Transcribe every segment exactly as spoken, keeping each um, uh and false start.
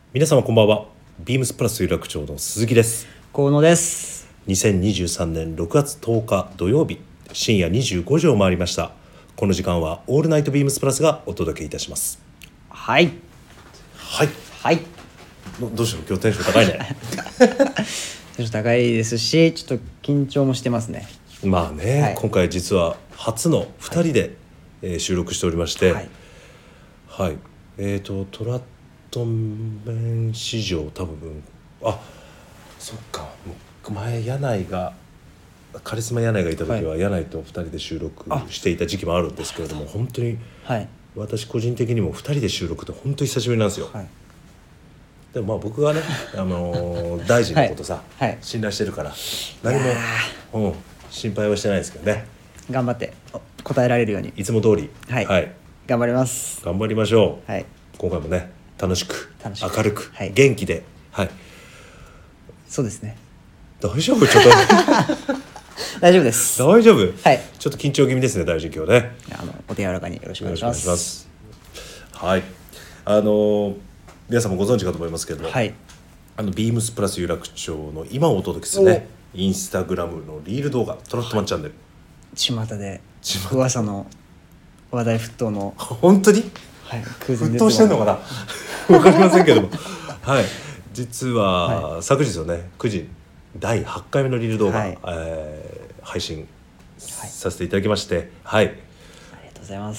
皆様こんばんは。ビームスプラス有楽町の鈴木です。 河野です。 にせんにじゅうさんねんろくがつとおか土曜日、深夜にじゅうごじを回りました。この時間はオールナイトビームスプラスがお届けいたします。 はいはいはいどどうしたの、今日テンション高いねテンション高いですし、ちょっと緊張もしてますね。 まあね、 はい今回実は初のふたりで、はいえー収録しておりまして、 はいはい、えーとトラットメン史上多分あそっか前柳井がカリスマ柳井がいた時は、 はい柳井とふたりで収録していた時期もあるんですけれども、本当にはい私個人的にもふたりで収録って本当に久しぶりなんですよ。 はいでもまあ僕がね、あのー大臣のことさ、 はいはい信頼してるから何も、うん、心配はしてないですけどね。 頑張って答えられるようにいつも通り、 はい頑張ります。 頑張りましょう。 はい今回もね楽しく楽しく明るく、 はい元気で、はい、 そうですね。 大丈夫ちょっと大丈夫です。 大丈夫、 はいちょっと緊張気味ですね大臣今日ね。 あのお手柔らかによろしくおよ願いします。 ろしくお願いしますはいあのー皆さんもご存知かと思いますけれども、 はいあのビームスプラス有楽町の今をお届けするねインスタグラムのリール動画トラットマンチャンネル、 巷で巷噂の話題沸騰の、 本当にはい、空前沸絶後騰してんのかなわかりませんけどもはい実は、昨日のねくじだいはちかいめのリール動画、 はいえー配信させていただきましてはい、 ありがとうございます。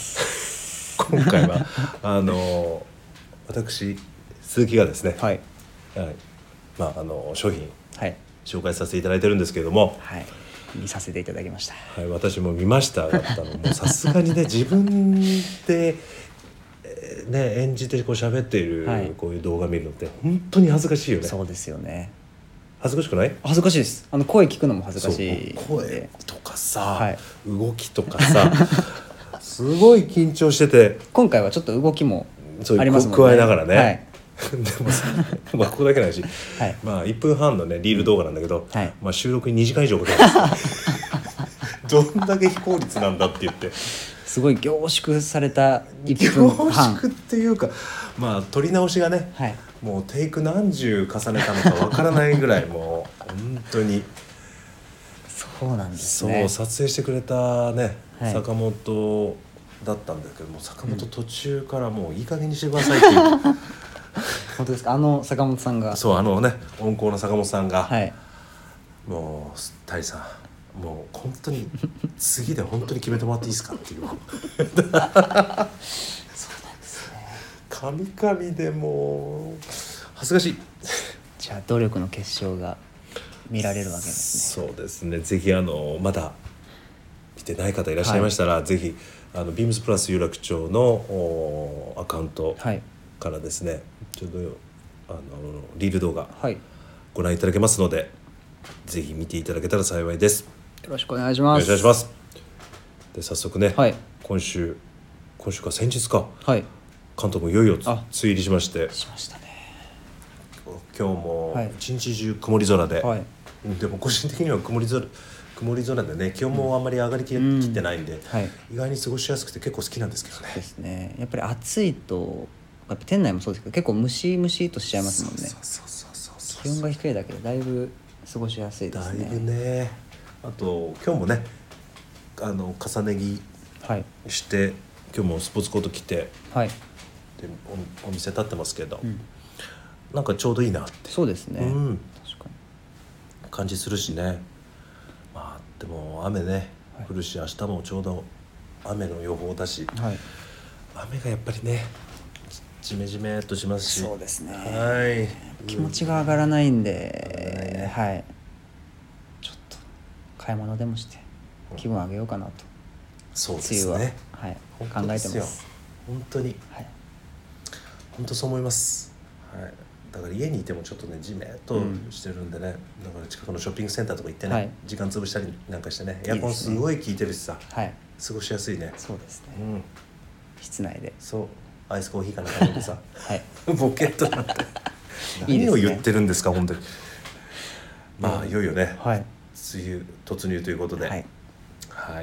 今回はあの私鈴木がですね、 はいはいまあ、あの商品はい紹介させていただいてるんですけれども、 はい見させていただきました。 はい、私も見ましただったのもうさすがにね自分で、えーね、演じてこう喋っている、 はい、 こういう動画見るのって本当に恥ずかしいよね。 そうですよね。 恥ずかしくない？ 恥ずかしいです。あの声聞くのも恥ずかしいそう声とかさ、 はい、 動きとかさすごい緊張してて、 今回はちょっと動きもそうありますもんね。 加えながらね、 はいでもさ、まあここだけないし、 はい、 まあいっぷんはんのねリール動画なんだけど、 はいまあ、収録ににじかん以上かかりますどんだけ非効率なんだって言ってすごい凝縮されたいっぷんはん凝縮っていうかまあ撮り直しがね、 はい、 もうテイク何十重ねたのかわからないぐらいもう本当にそうなんですね。 そう撮影してくれたね、 はい、 坂本だったんだけども坂本途中からもういい加減にしてくださいっていう、うん、 本当ですか。あの坂本さんがそうあのね温厚な坂本さんが、 はい、 もう大さんもう本当に次で本当に決めてもらっていいですかっていうそうなんですね。神々でもう恥ずかしい。 じゃあ努力の結晶が見られるわけですね。そうですね。ぜひあのまだ見てない方いらっしゃいましたら、はい、ぜひあのビームスプラス有楽町のアカウントからですね、はい、ちょっとあのリール動画ご覧いただけますので、はい、ぜひ見ていただけたら幸いです。 よろしくお願いします。 よろしくお願いします。で早速ね、 はい、 今週今週か先日か、 はい、 関東もいよいよ梅雨入りしましてしましたね。 今日も一日中曇り空で、はい、でも個人的には曇り空曇り空でね気温もあんまり上がりきってないんで、うんはい、意外に過ごしやすくて結構好きなんですけどね。 そうですね。やっぱり暑いとやっぱ店内もそうですけど結構ムシムシとしちゃいますもんね。気温が低いだけでだいぶ過ごしやすいですね。 だいぶね。あと今日もねあの重ね着して、はい、今日もスポーツコート着て、はい、で お, お店立ってますけど、うん、なんかちょうどいいなってそうですね、うん、確かに感じするしね。まあでも雨ね降るし、はい、明日もちょうど雨の予報だし、はい、雨がやっぱりねジメジメっとしますしそうですね、 はい、 気持ちが上がらないんで、ね、はいちょっと買い物でもして気分上げようかなと、うん、 そうですね、 はい、考えてます本当に、はい、本当そう思います、はい、だから家にいてもちょっとねジメッとしてるんでね、うん、だから近くのショッピングセンターとか行ってね、はい、時間潰したりなんかしてねエアコンすごい効いてるしさ、はい、過ごしやすいね。 そうですね、うん、室内でそうアイスコーヒーかなんか飲んでさ、はい、ボケっとなっていいですね、 何を言ってるんですか本当に。まあいよいよね、 はい、 梅雨突入ということで、はい、はい、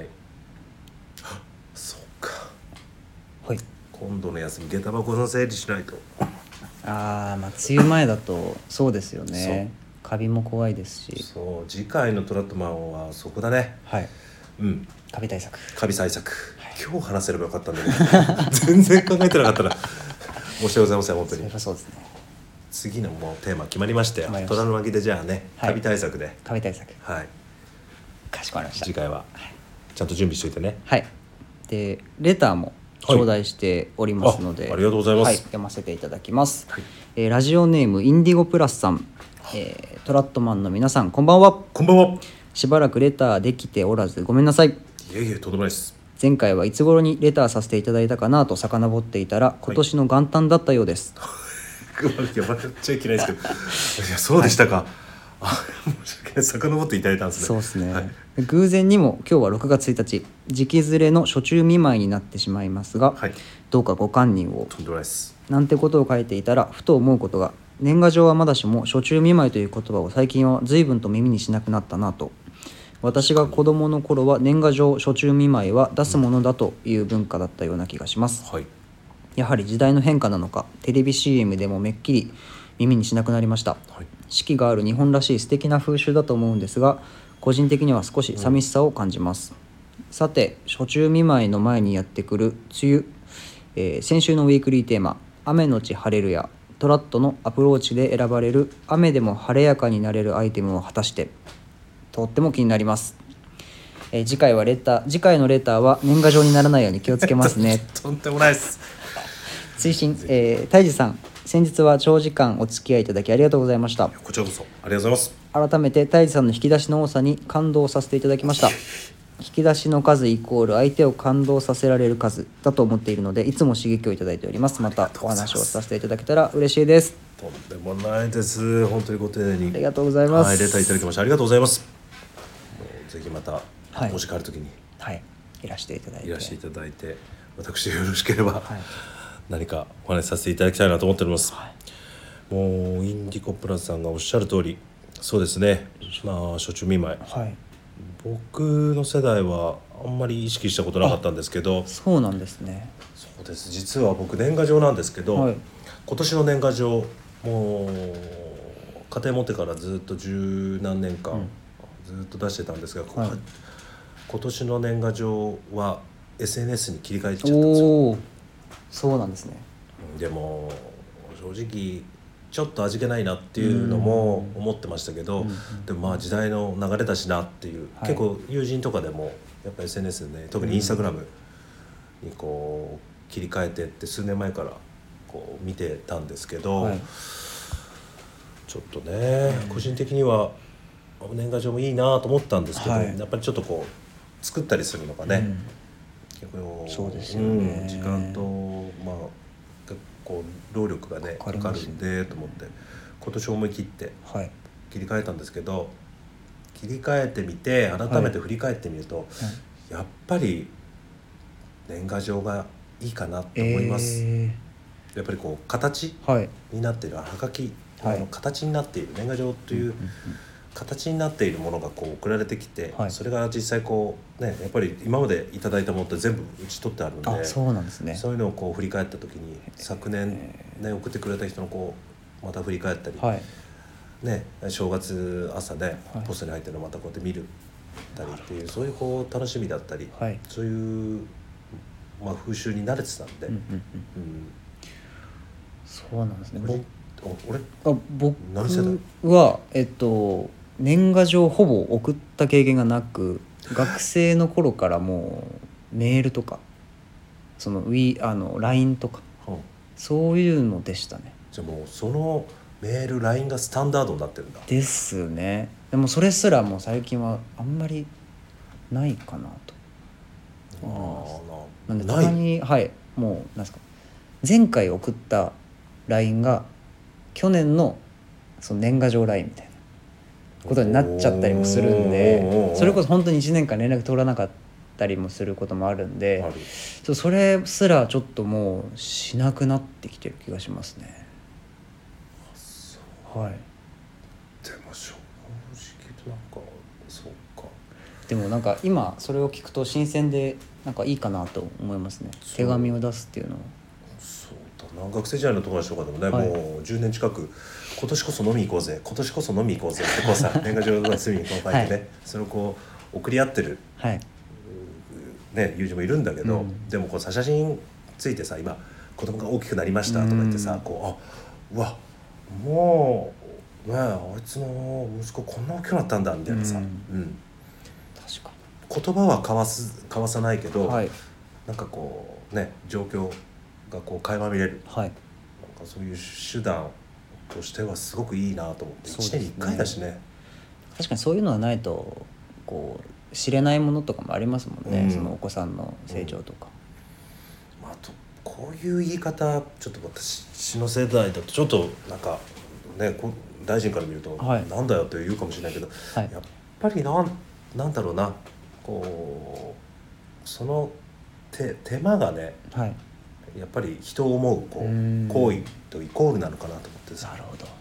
そうか、 はい、 今度の休み下駄箱の整理しないと。 ああまあ梅雨前だとそうですよね。カビも怖いですし。 そう次回のトラットマンはそこだね。 はい。 うんカビ対策。 カビ対策、はい、今日話せればよかったんだけど全然考えてなかったら申し訳ございません本当に。 そうですね。 次のもうテーマ決まりましたよ。虎の巻でじゃあね、はい、カビ対策で。 カビ対策。 はい。 かしこまりました。 次回はちゃんと準備しておいてね。 はい。でレターも頂戴しておりますので、 はい、あ, ありがとうございます、はい、 読ませていただきます、はい。えー、ラジオネームインディゴプラスさん、えー、トラットマンの皆さんこんばんは。 こんばんは。 しばらくレターできておらずごめんなさい。いえいえとんでもないです。 前回はいつ頃にレターさせていただいたかなと遡っていたら今年の元旦だったようです、はいいや笑っちゃいけないですけどいやそうでしたか、はい、あ申し訳ない遡っていただいたんですね。 そうですね、はい、偶然にも今日はろくがつついたち時期ずれの初中見舞いになってしまいますが、はい、どうかご堪忍を。 とんでもないです。 なんてことを書いていたらふと思うことが、年賀状はまだしも初中見舞いという言葉を最近は随分と耳にしなくなったなと。私が子供の頃は年賀状初中見舞いは出すものだという文化だったような気がします、はい。やはり時代の変化なのかテレビ シーエム でもめっきり耳にしなくなりました、はい、四季がある日本らしい素敵な風習だと思うんですが個人的には少し寂しさを感じます、うん、さて初中見舞いの前にやってくる梅雨、えー、先週のウィークリーテーマ雨のち晴れるやトラットのアプローチで選ばれる雨でも晴れやかになれるアイテムを果たしてとっても気になります、えー、次回はレター次回のレターは年賀状にならないように気をつけますねとんでもないです追伸、えー、泰治さん先日は長時間お付き合いいただきありがとうございました。 こちらこそありがとうございます。 改めて泰治さんの引き出しの多さに感動させていただきました引き出しの数イコール相手を感動させられる数だと思っているのでいつも刺激をいただいております。またお話をさせていただけたら嬉しいです。 とんでもないです。本当にご丁寧にありがとうございます、 はい、レターいただきましてありがとうございます。ぜひまた、はい、もし帰るときに、 はい、いらしていただいていらしていただいて私よろしければ、はい、何かお話しさせていただきたいなと思っております、はい、もうインディコプラスさんがおっしゃる通りそうですね、まあ初中見舞い、はい、僕の世代はあんまり意識したことなかったんですけど。 そうなんですね。 そうです。実は僕年賀状なんですけど、はい、今年の年賀状もう家庭持ってからずっと十何年間、うんずっと出してたんですが、はい、今年の年賀状は エスエヌエス に切り替えちゃったんですよ。 おー、そうなんですね。 でも正直ちょっと味気ないなっていうのも思ってましたけど、でもまあ時代の流れだしなっていう、はい、結構友人とかでもやっぱ エスエヌエス でね特にインスタグラムにこう切り替えてって数年前からこう見てたんですけど、はい、ちょっとね個人的には年賀状もいいなと思ったんですけど、はい、やっぱりちょっとこう作ったりするのがね、うん、結構そうですよね、 うん、時間とまあ結構労力がねかかるんでと思って今年思い切って切り替えたんですけど、はい、切り替えてみて改めて振り返ってみると、はい、やっぱり年賀状がいいかなと思います、えー、やっぱりこう形になっている、はい、はがきの形になっている年賀状という、うんうんうん形になっているものがこう送られてきて、はい、それが実際こうねやっぱり今までいただいたものって全部打ち取ってあるので、 あ、そうなんですね。 そういうのをこう振り返った時に昨年ね送ってくれた人のこうまた振り返ったり、はい、ね正月朝ねポストに入ってるのまたこうやって見るたりっていうそういうこう楽しみだったり、はい、そういうまあ風習に慣れてたんで、うんうんうんうん、 そうなんですね。 俺あ僕はえっと年賀状ほぼ送った経験がなく学生の頃からもうメールとかそのウィあの ライン とか、うん、そういうのでしたね。 じゃあもうそのメール ライン がスタンダードになってるんだ。 ですね。でもそれすらもう最近はあんまりないかなと思います。なんでたまにはいもうなんですか前回送った ライン が去年のその年賀状 ライン みたいなことになっちゃったりもするんで、それこそ本当にいちねんかん連絡取らなかったりもすることもあるんで、それすらちょっともうしなくなってきてる気がしますね。はい。 でも正直なんかそうか。 でもなんか今それを聞くと新鮮でなんかいいかなと思いますね。手紙を出すっていうのは。 そう学生時代の友達とかでもね、はい、もうじゅうねん近く今年こそ飲み行こうぜ今年こそ飲み行こうぜってこうさ年賀状が隅にこう書いてね、はい、それをこう送り合ってる、はいね、友人もいるんだけど、うん、でもこうさ写真ついてさ今子供が大きくなりましたとか言ってさ、うん、こうあうわもうねあいつの息子こんな大きくなったんだみたいなさ、うんうん、確かに言葉は交わす交わさないけど、はい、なんかこうね状況がこう垣間見れる、はい、なんかそういう手段としてはすごくいいなと思って、いちねんにいっかいだしね。 確かにそういうのはないとこう知れないものとかもありますもんね、うん、そのお子さんの成長とか、 うん、あとこういう言い方ちょっと私の世代だとちょっとなんかねこ大臣から見ると、はい、なんだよって言うかもしれないけど、はい、やっぱりなんなんだろうなこうその手手間がね、はい、やっぱり人を思うこう行為とイコールなのかなと思ってさ。 なるほど、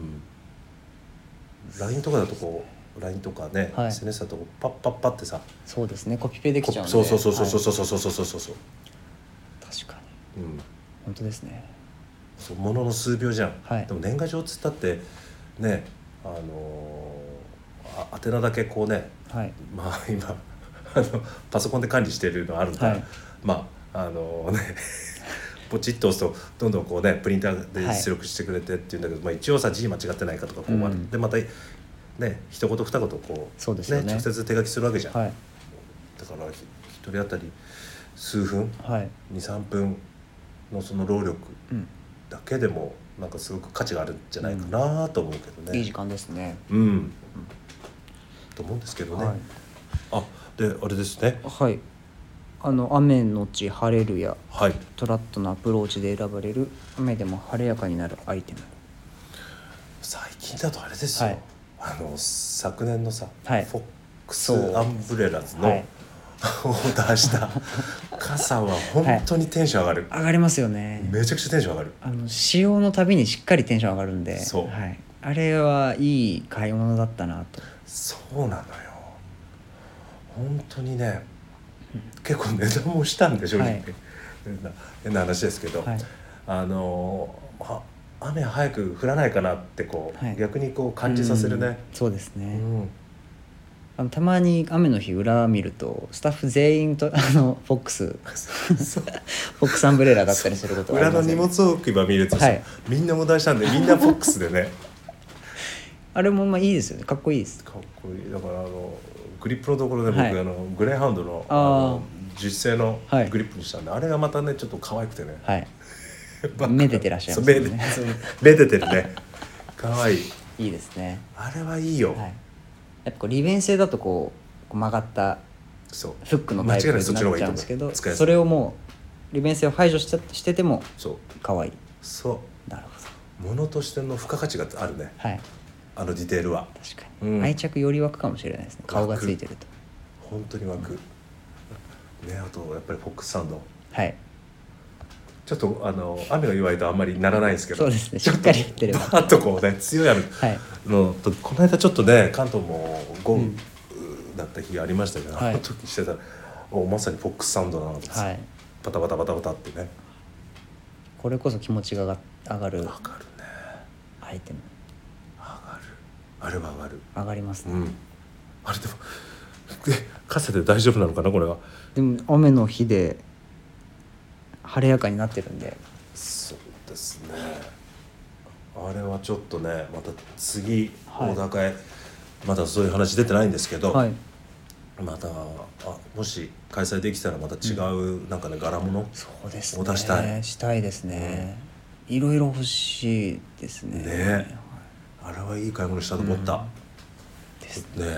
うん、ライン とかだとこう ライン とかね、はい、エスエヌエス だとパッパッパッってさそうですねコピペできちゃうんでそうそうそうそうそうそうそうそうそうそうそう確かに、うん、本当ですねそうものの数秒じゃん、 はい、 でも年賀状っつったってねあのー、あ宛名だけこうね、はい、まあ今あのパソコンで管理してるのあるから、はい、まああのー、ねポチッと押すとどんどんこうねプリンターで出力してくれてっていうんだけど、はい、まあ、一応さ字間違ってないかとかこう、うん、でまたね一言二言こうそうですよね、 直接手書きするわけじゃん、はい、だから一人当たり数分、はい、にさんぷんのその労力だけでもなんかすごく価値があるんじゃないかなと思うけどね、 うん、いい時間ですね、 うん、うん、と思うんですけどね、はい、あであれですね、 はい、あの雨のち晴れるや、 はい、 トラットのアプローチで選ばれる雨でも晴れやかになるアイテム。 最近だとあれですよ、はい、あの昨年のさ、はい、フォックスアンブレラズの、はい、オーダーした傘は本当にテンション上がる、 はい、上がりますよね。 めちゃくちゃテンション上がる。 あの使用のたびにしっかりテンション上がるんで、そう、はい、あれはいい買い物だったなと。 そうなのよ本当にね、結構値段もしたんでしょうね、はい、変な話ですけど、はい、あのあ雨早く降らないかなってこう、はい、逆にこう感じさせるね、 うん、そうですね、うん、あのたまに雨の日裏見るとスタッフ全員とあのフォックスフォックスアンブレラだったりすることがあります、ね、 裏の荷物置き場見るとさ、はい、みんなオーダーしたんでみんなフォックスでねあれもまあいいですよね、かっこいいです。 かっこいい。だからあのグリップのところで僕、はい、あのグレーハウンド の, あの樹脂製のグリップにしたんで、はい、あれがまたねちょっと可愛くてね、はい、 めでてらっしゃいますね。 めでてるね。可愛い。 いいですね。 あれはいいよ。はい、 やっぱこう利便性だとこう曲がったフックのタイプになっちゃうんですけど、そ, それをもう利便性を排除ししてても可愛い。 そう。なるほど。物としての付加価値があるね。はい。あのディテールは。 確かに。うん、愛着より湧くかもしれないですね。顔がついてると。 本当に湧く。うん、ね、あとやっぱりフォックスサンド。はい。ちょっとあの雨が弱いとあんまりならないんですけど、 そうですね、しっかり降ってればバッとこうね強い雨のと、はい、この間ちょっとね関東も豪雨だった日がありましたけど、うん、あの時してたら、はい、まさにフォックスサウンドなのです、はい、バタバタバタバタってね、 これこそ気持ちが上がる上がるねアイテム。 上がる、あれは上がる、 上がりますね、うん、 あれでも傘で大丈夫なのかなこれは。 でも雨の日で晴れやかになってるんで。 そうですね、あれはちょっとねまた次大高へ、はい、まだそういう話出てないんですけど、はい、またあもし開催できたらまた違う、うん、なんかね柄物を出したい、 したいですね、うん、いろいろ欲しいですね。 ね、あれはいい買い物したと思った、うん、ですね。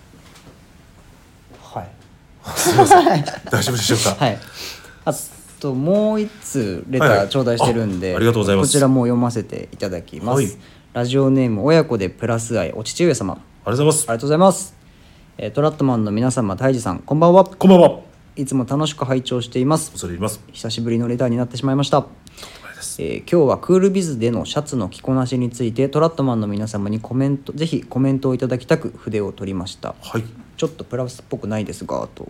はいすいません大丈夫でしょうか。 はい、あともう一通レター頂戴してるんで、はいはい、あありがとうございます。 こちらも読ませていただきます、はい、ラジオネーム親子でプラス愛お父上様、 ありがとうございます。 ありがとうございます、えー、トラットマンの皆様、泰治さん、こんばんは。 こんばんは。 いつも楽しく拝聴しています。 恐れ入ります。 久しぶりのレターになってしまいました。えー、今日はクールビズでのシャツの着こなしについてトラットマンの皆様にコメントぜひコメントをいただきたく筆を取りました、はい、ちょっとプラスっぽくないですがと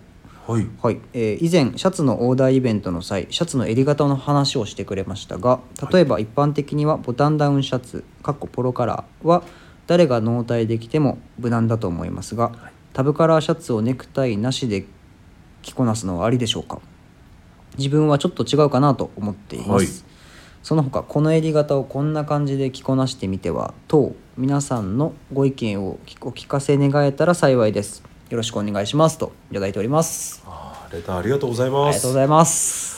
はい、 はいえー、以前シャツのオーダーイベントの際シャツの襟型の話をしてくれましたが、例えば一般的にはボタンダウンシャツかっこポロカラーは誰が納体できても無難だと思いますが、はい、タブカラーシャツをネクタイなしで着こなすのはありでしょうか。自分はちょっと違うかなと思っています、はい、その他この襟型をこんな感じで着こなしてみては等皆さんのご意見をお聞かせ願えたら幸いです。よろしくお願いしますといただいております。 あレターありがとうございます。 ありがとうございます。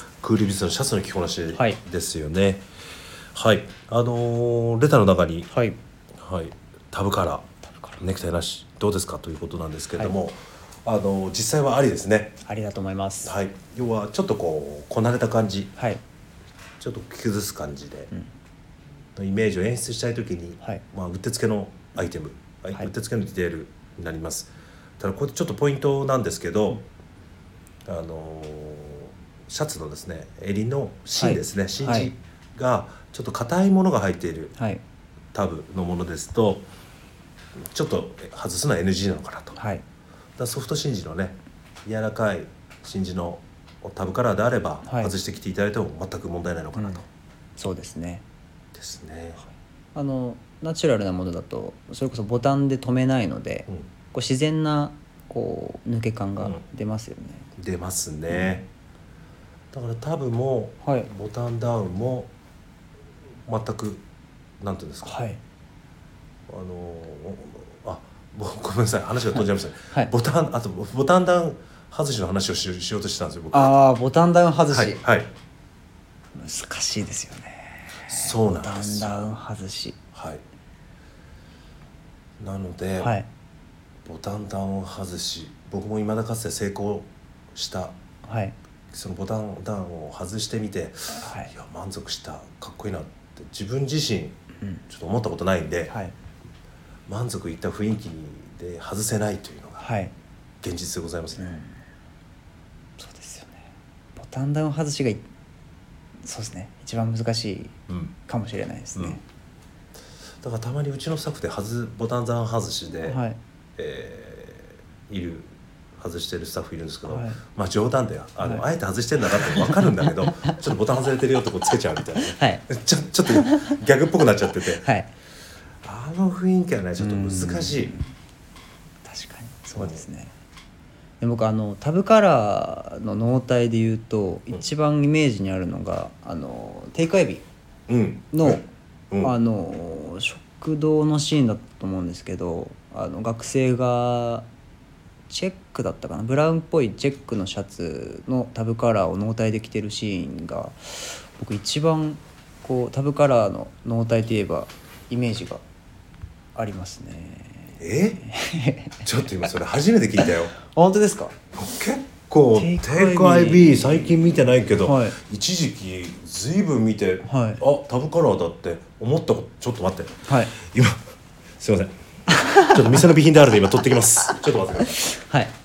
クールビズのシャツの着こなしですよね。はい、はい、あのー、レターの中に、はいはい、タブカラーネクタイなしどうですかということなんですけれども、はい、あのー、実際はありですね。 ありだと思います、 はい、要はちょっとこうこなれた感じ、はい、ちょっと崩す感じで、うん、イメージを演出したいときに、はいまあ、うってつけのアイテム、はい、うってつけのディテールになります。ただこれちょっとポイントなんですけど、うん、あのー、シャツのですね襟の芯ですね、はい、芯地がちょっと硬いものが入っている、はい、タブのものですとちょっと外すのは エヌジー なのかなと、はい、だソフト芯地のね柔らかい芯地のタブカラーであれば、はい、外してきていただいても全く問題ないのかなと、うん、 そうですねですね。 あのナチュラルなものだとそれこそボタンで留めないので、うんこう自然なこう抜け感が出ますよね、 うん、出ますね、うん、だからタブも、はい、ボタンダウンも全くなんていうんですか、はい、あのあごめんなさい話が飛んじゃいましたね、はい、ボタンあとボタンダウン外しの話を し, しようとしてたんですよ僕。 ああボタンダウン外し、 はいはい、 難しいですよね。 そうなんですよ。 ボタンダウン外し、 はい、なので、はいボタンダウン外し僕も未だかつて成功した、はい、そのボタンダウンを外してみて、はい、いや満足したかっこいいなって自分自身ちょっと思ったことないんで、うんはい、満足いった雰囲気で外せないというのが現実でございますね、はいうん、 そうですよね。ボタンダウン外しがそうですね一番難しいかもしれないですね、うんうん、 だからたまにうちのスタッフで外ボタンダウン外しで、はいえー、いる外してるスタッフいるんですけど、はい、まあ冗談であの、はい、あえて外してんだなって分かるんだけどちょっとボタン外れてるよってこうつけちゃうみたいな、ねはい、ちょ, ちょっとギャグっぽくなっちゃってて、はい、あの雰囲気はねちょっと難しい。 確かにそうですね。で僕あのタブカラーの納体でいうと、うん、一番イメージにあるのがあのテイクアイビーの、うんうん、あの食堂のシーンだったと思うんですけどあの学生がチェックだったかなブラウンっぽいチェックのシャツのタブカラーを納体で着てるシーンが僕一番こうタブカラーの納体といえばイメージがありますね。 えちょっと今それ初めて聞いたよ本当ですか。 結構テイクアイビー最近見てないけど、はい、一時期ずいぶん見て、はい、あタブカラーだって思ったことちょっと待って、はい、今すいませんちょっと店の備品であるので今取ってきますちょっと待ってください。はい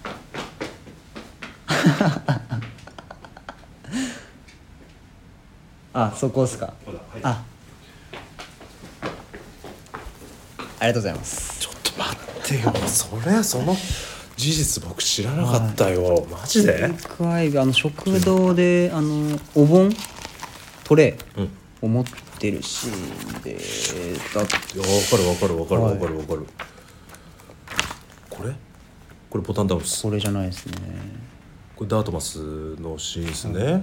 あそこですか、はい、あありがとうございます。 ちょっと待ってよそれその事実僕知らなかったよ、はい、マジでテイクアイビーあの食堂であのお盆トレーを持ってるシーンでだって分かる分かる分かる分かる分かる、はい、これこれボタンダウンです。 これじゃないですね。 これダートマスのシーンですね、はいはい、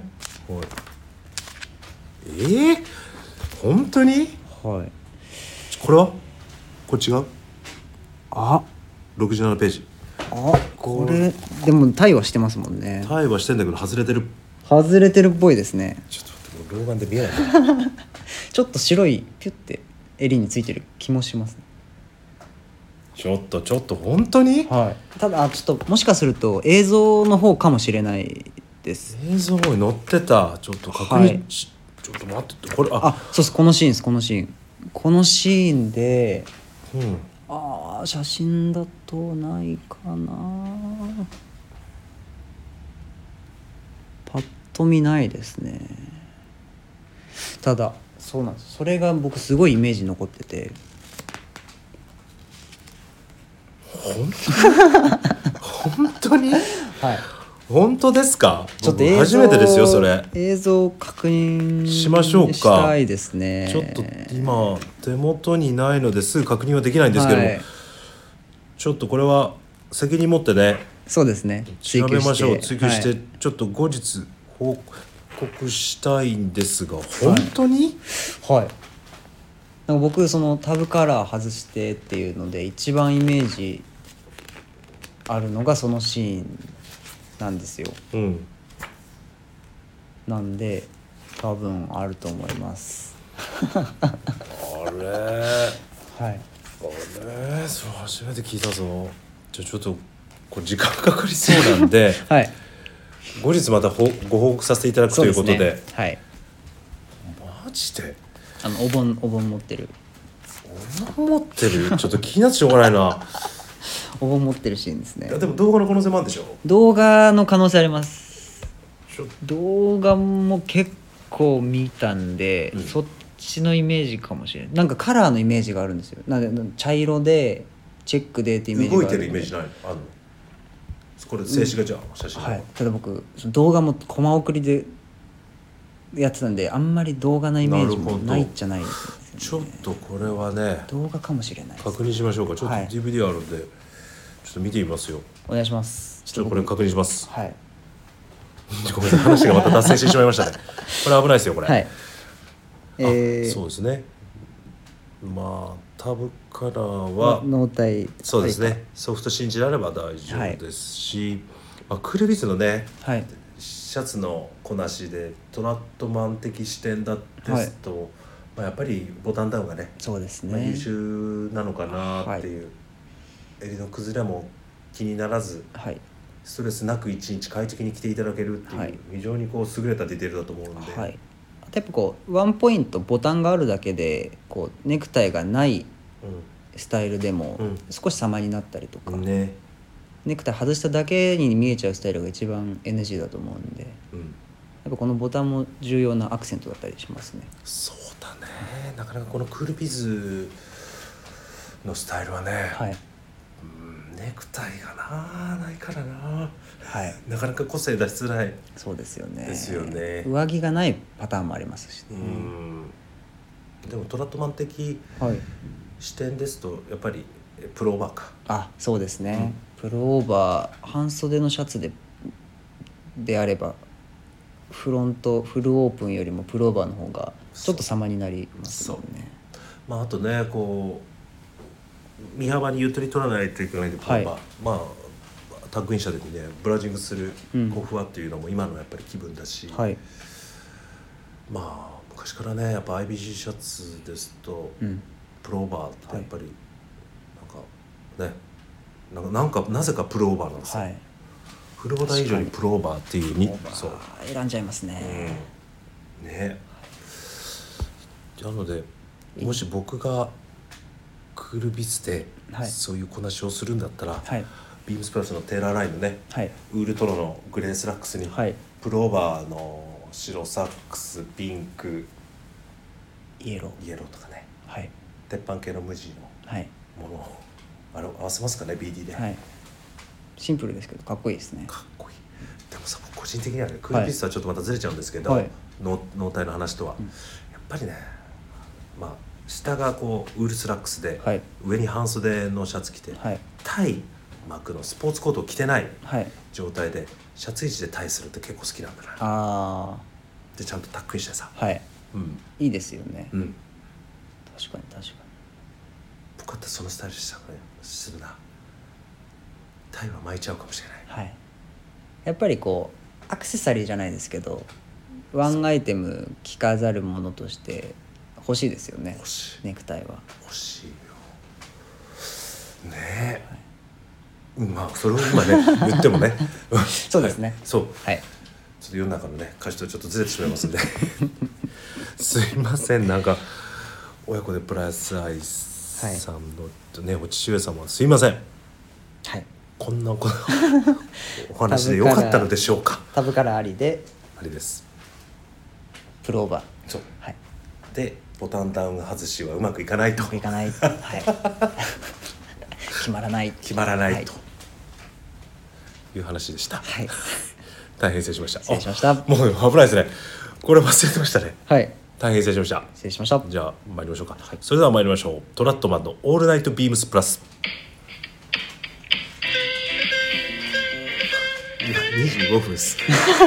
えー、本当に、はい、これはこれ違うあろくじゅうななページあこれでもタイはしてますもんね。 タイはしてんだけど外れてる外れてるっぽいですね。 ちょっと待って老眼で見えないちょっと白いピュッて襟についてる気もしますね。 ちょっとちょっと本当に、 はい、ただちょっともしかすると映像の方かもしれないです。 映像に載ってたちょっと確認、はい、ちょっと待ってこれああそうですこのシーンですこのシーンこのシーンで、うん、あ写真だとないかなパッと見ないですね。ただそうなんですそれが僕すごいイメージ残ってて本当に本当に、はい、 本当ですか？ ちょっと映像初めてですよそれ。 映像確認しましょうか。 したいですね。 ちょっと今手元にないのですぐ確認はできないんですけども、はい、ちょっとこれは責任持ってね、 そうですね、 調べましょう。追求して、はい、ちょっと後日報告したいんですが、本当に？ はい、はい、なんか僕そのタブカラー外してっていうので一番イメージあるのがそのシーンなんですよ、うん、なんで多分あると思いますあれはいあれそれ初めて聞いたぞ。じゃあちょっとこれ時間かかりそうなんで、はい、後日またご報告させていただくということ で, で、ね、はい、マジであのお盆お盆持ってるお盆持ってるちょっと気になってしょうがないなお盆持ってるシーンですね。 いやでも動画の可能性もあるんでしょ？ 動画の可能性あります。動画も結構見たんで、うん、そっちのイメージかもしれない。なんかカラーのイメージがあるんですよ。なんで茶色でチェックでってイメージがある。 動いてるイメージないの？あるの？これ静止画じゃん、うん、写真。 はい。ただ僕動画もコマ送りでやってたんであんまり動画のイメージもないじゃないですよね。 ちょっとこれはね動画かもしれないです。 確認しましょうか。ちょっと ディーブイディー あるんで、はい、ちょっと見てみますよ。 お願いします。 ちょっとこれ確認します。 はい。 ごめんなさい、話がまた脱線してしまいましたね。これ危ないですよこれ。はい。 えー、 そうですね。まあタブカラーは納体そうですね。ソフトシンジであれば大丈夫ですし、はい、まあ、クールビズのね、はい、シャツのこなしでトラットマン的視点だですと、はい、まあ、やっぱりボタンダウンがね、 そうですね、 まあ、優秀なのかなっていう、はい、襟の崩れも気にならず、はい、ストレスなく一日快適に着ていただけるっていう、はい、非常にこう優れたディテールだと思うので、はい、 あとやっぱこうワンポイントボタンがあるだけでこうネクタイがないスタイルでも少し様になったりとか、うんね、ネクタイ外しただけに見えちゃうスタイルが一番 エヌジー だと思うんで、うん、やっぱこのボタンも重要なアクセントだったりしますね。 そうだね、なかなかこのクールビズのスタイルはね、はい、うん、ネクタイがなないからな、はい、なかなか個性出しづらい。 そうですよね。 ですよね。 上着がないパターンもありますしね。うん、 でもトラットマン的視点ですとやっぱりプロオーバーか。 あ、そうですね、うん、プロオーバー半袖のシャツでであればフロントフルオープンよりもプロオーバーの方がちょっと様になりますもんね。 まあ、あとねこう身幅にゆとり取らないといけないんで、はい、まあ、まあタッグインした時にねブラジングするコフワっていうのも今のやっぱり気分だし、うん、はい、まあ昔からねやっぱ アイビージー シャツですと、うん、プロオーバーってやっぱりなんかね、なんか、なんかなぜかプロオーバーなんですよ、はい、フルボタン以上にプロオーバーっていうにそう選んじゃいますね、 うん、ね。なのでもし僕がクールビズでそういうこなしをするんだったら、はい、ビームスプラスのテーラーラインのね、はい、ウールトロのグレースラックスに、はい、プロオーバーの白サックス、ピンク、 イエローイエローとかね、はい、鉄板系の無地のものを、はい、あれ合わせますかね ビーディー で、はい、 シンプルですけどかっこいいですね。 かっこいい。でもさ個人的にはねクールビズとはちょっとまたずれちゃうんですけど、はい、ノータイの話とは、うん、やっぱりね、まあ下がこうウールスラックスで、はい、上に半袖のシャツ着て、はい、タイ巻くのスポーツコートを着てない状態で、はい、シャツ位置でタイするって結構好きなんだな。あでちゃんとタックインしてさ、はい、 うん、いいですよね、うん、確かに確かに僕だってそのスタイルしたからするな。タイは巻いちゃうかもしれない、はい、 やっぱりこうアクセサリーじゃないですけどワンアイテム着飾るものとして欲しいですよね。 欲しい。 ネクタイは欲しいよねえ、はい、まあそれを今ね言ってもねそうですね、はい、 そう、はい、ちょっと世の中のね歌詞とちょっとずれてしまいますんですいません。なんか親子でプラスアイさんの、ね、お父上様すいません、はい、こんなお話でよかったのでしょうか。 タブカラーありでありです。 プロオーバー、 そう、はい、でボタンダウン外しはうまくいかないと。うまくいかない、はい、決まらない決まらない、はい、という話でした。 はい大変失礼しました。 失礼しました。 もう危ないですね。これ忘れてましたね。 はい。 大変失礼しました。 失礼しました。 じゃあ参りましょうか、はい、それでは参りましょう。トラットマンのオールナイトビームスプラス。いやにじゅうごふんです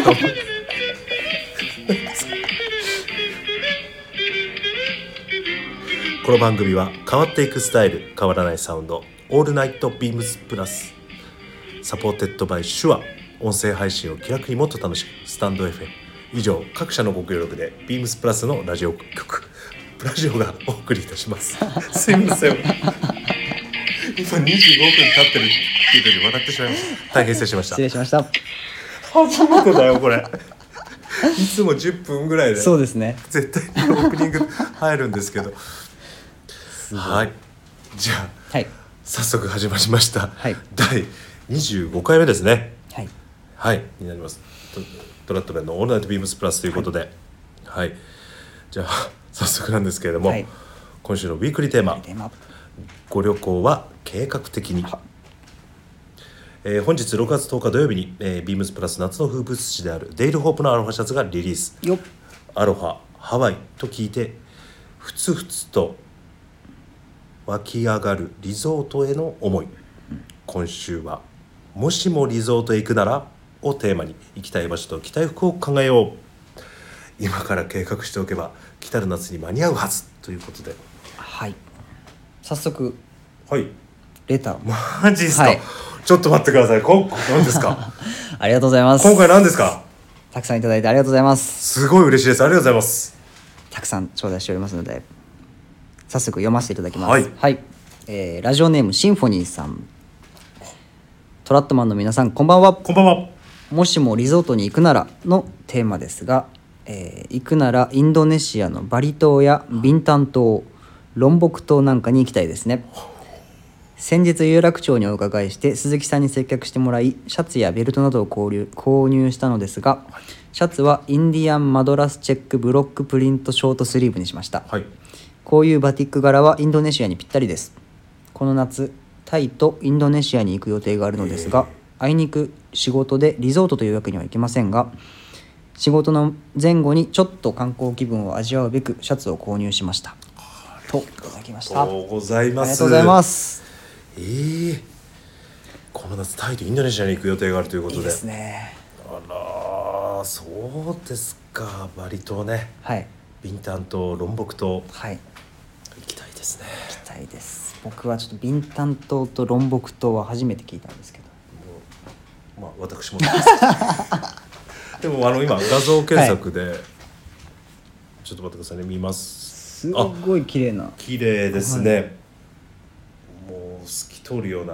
この番組は変わっていくスタイル、変わらないサウンド、オールナイトビームスプラス、サポーテッドバイシュア。音声配信を気楽にもっと楽しくスタンド エフエム。 以上各社のご協力でビームスプラスのラジオ局ラジオがお送りいたしますすいません今にじゅうごふん経ってるっていうので笑ってしまいました。大変失礼しました。 失礼しました。 初めてだよこれいつもじゅっぷんぐらいでそうですね絶対にオープニング入るんですけどはい、じゃあ、はい、早速始まりました、はい、だいにじゅうごかいめですね。はい、はい、になります。トラットメンのオールナイトビームスプラスということで、はい、はい、じゃあ早速なんですけれども、はい、今週のウィークリーテーマ、テーマご旅行は計画的に。えー、本日ろくがつとおか土曜日に、えー、ビームスプラス夏の風物詩であるデイルホープのアロハシャツがリリース。よっ、アロハハワイと聞いてふつふつと湧き上がるリゾートへの思い、うん、今週はもしもリゾートへ行くならをテーマに、行きたい場所と着たい服を考えよう。今から計画しておけば来たる夏に間に合うはずということで、はい、早速、はい、レター。マジですか、はい、ちょっと待ってください。こ何ですかありがとうございます。 今回何ですか。 たくさんいただいてありがとうございます。 すごい嬉しいです。ありがとうございます。 たくさん頂戴しておりますので早速読ませていただきます。はい、はい、えー、ラジオネームシンフォニーさん。トラットマンの皆さんこんばんは。 こんばんは。 もしもリゾートに行くならのテーマですが、えー、行くならインドネシアのバリ島やビンタン島、ロンボク島なんかに行きたいですね。先日有楽町にお伺いして鈴木さんに接客してもらい、シャツやベルトなどを購入、購入したのですが、シャツはインディアンマドラスチェックブロックプリントショートスリーブにしました。はい、こういうバティック柄はインドネシアにぴったりです。この夏タイとインドネシアに行く予定があるのですが、あいにく仕事でリゾートというわけにはいきませんが、仕事の前後にちょっと観光気分を味わうべくシャツを購入しましたといただきました。 ありがとうございます。 ありがとうございます。 えー、この夏タイとインドネシアに行く予定があるということで。いいですね。 あら、そうですか。バリ島ね、はい、ビンタン島、ロンボク島、はい、行きたいですね。 行きたいです。僕はちょっとビンタン島とロンボク島は初めて聞いたんですけど、 まあ私もですでもあの今画像検索で、はい、ちょっと待ってくださいね、見ます。 すごい綺麗な、 綺麗ですね、はい、もう透き通るような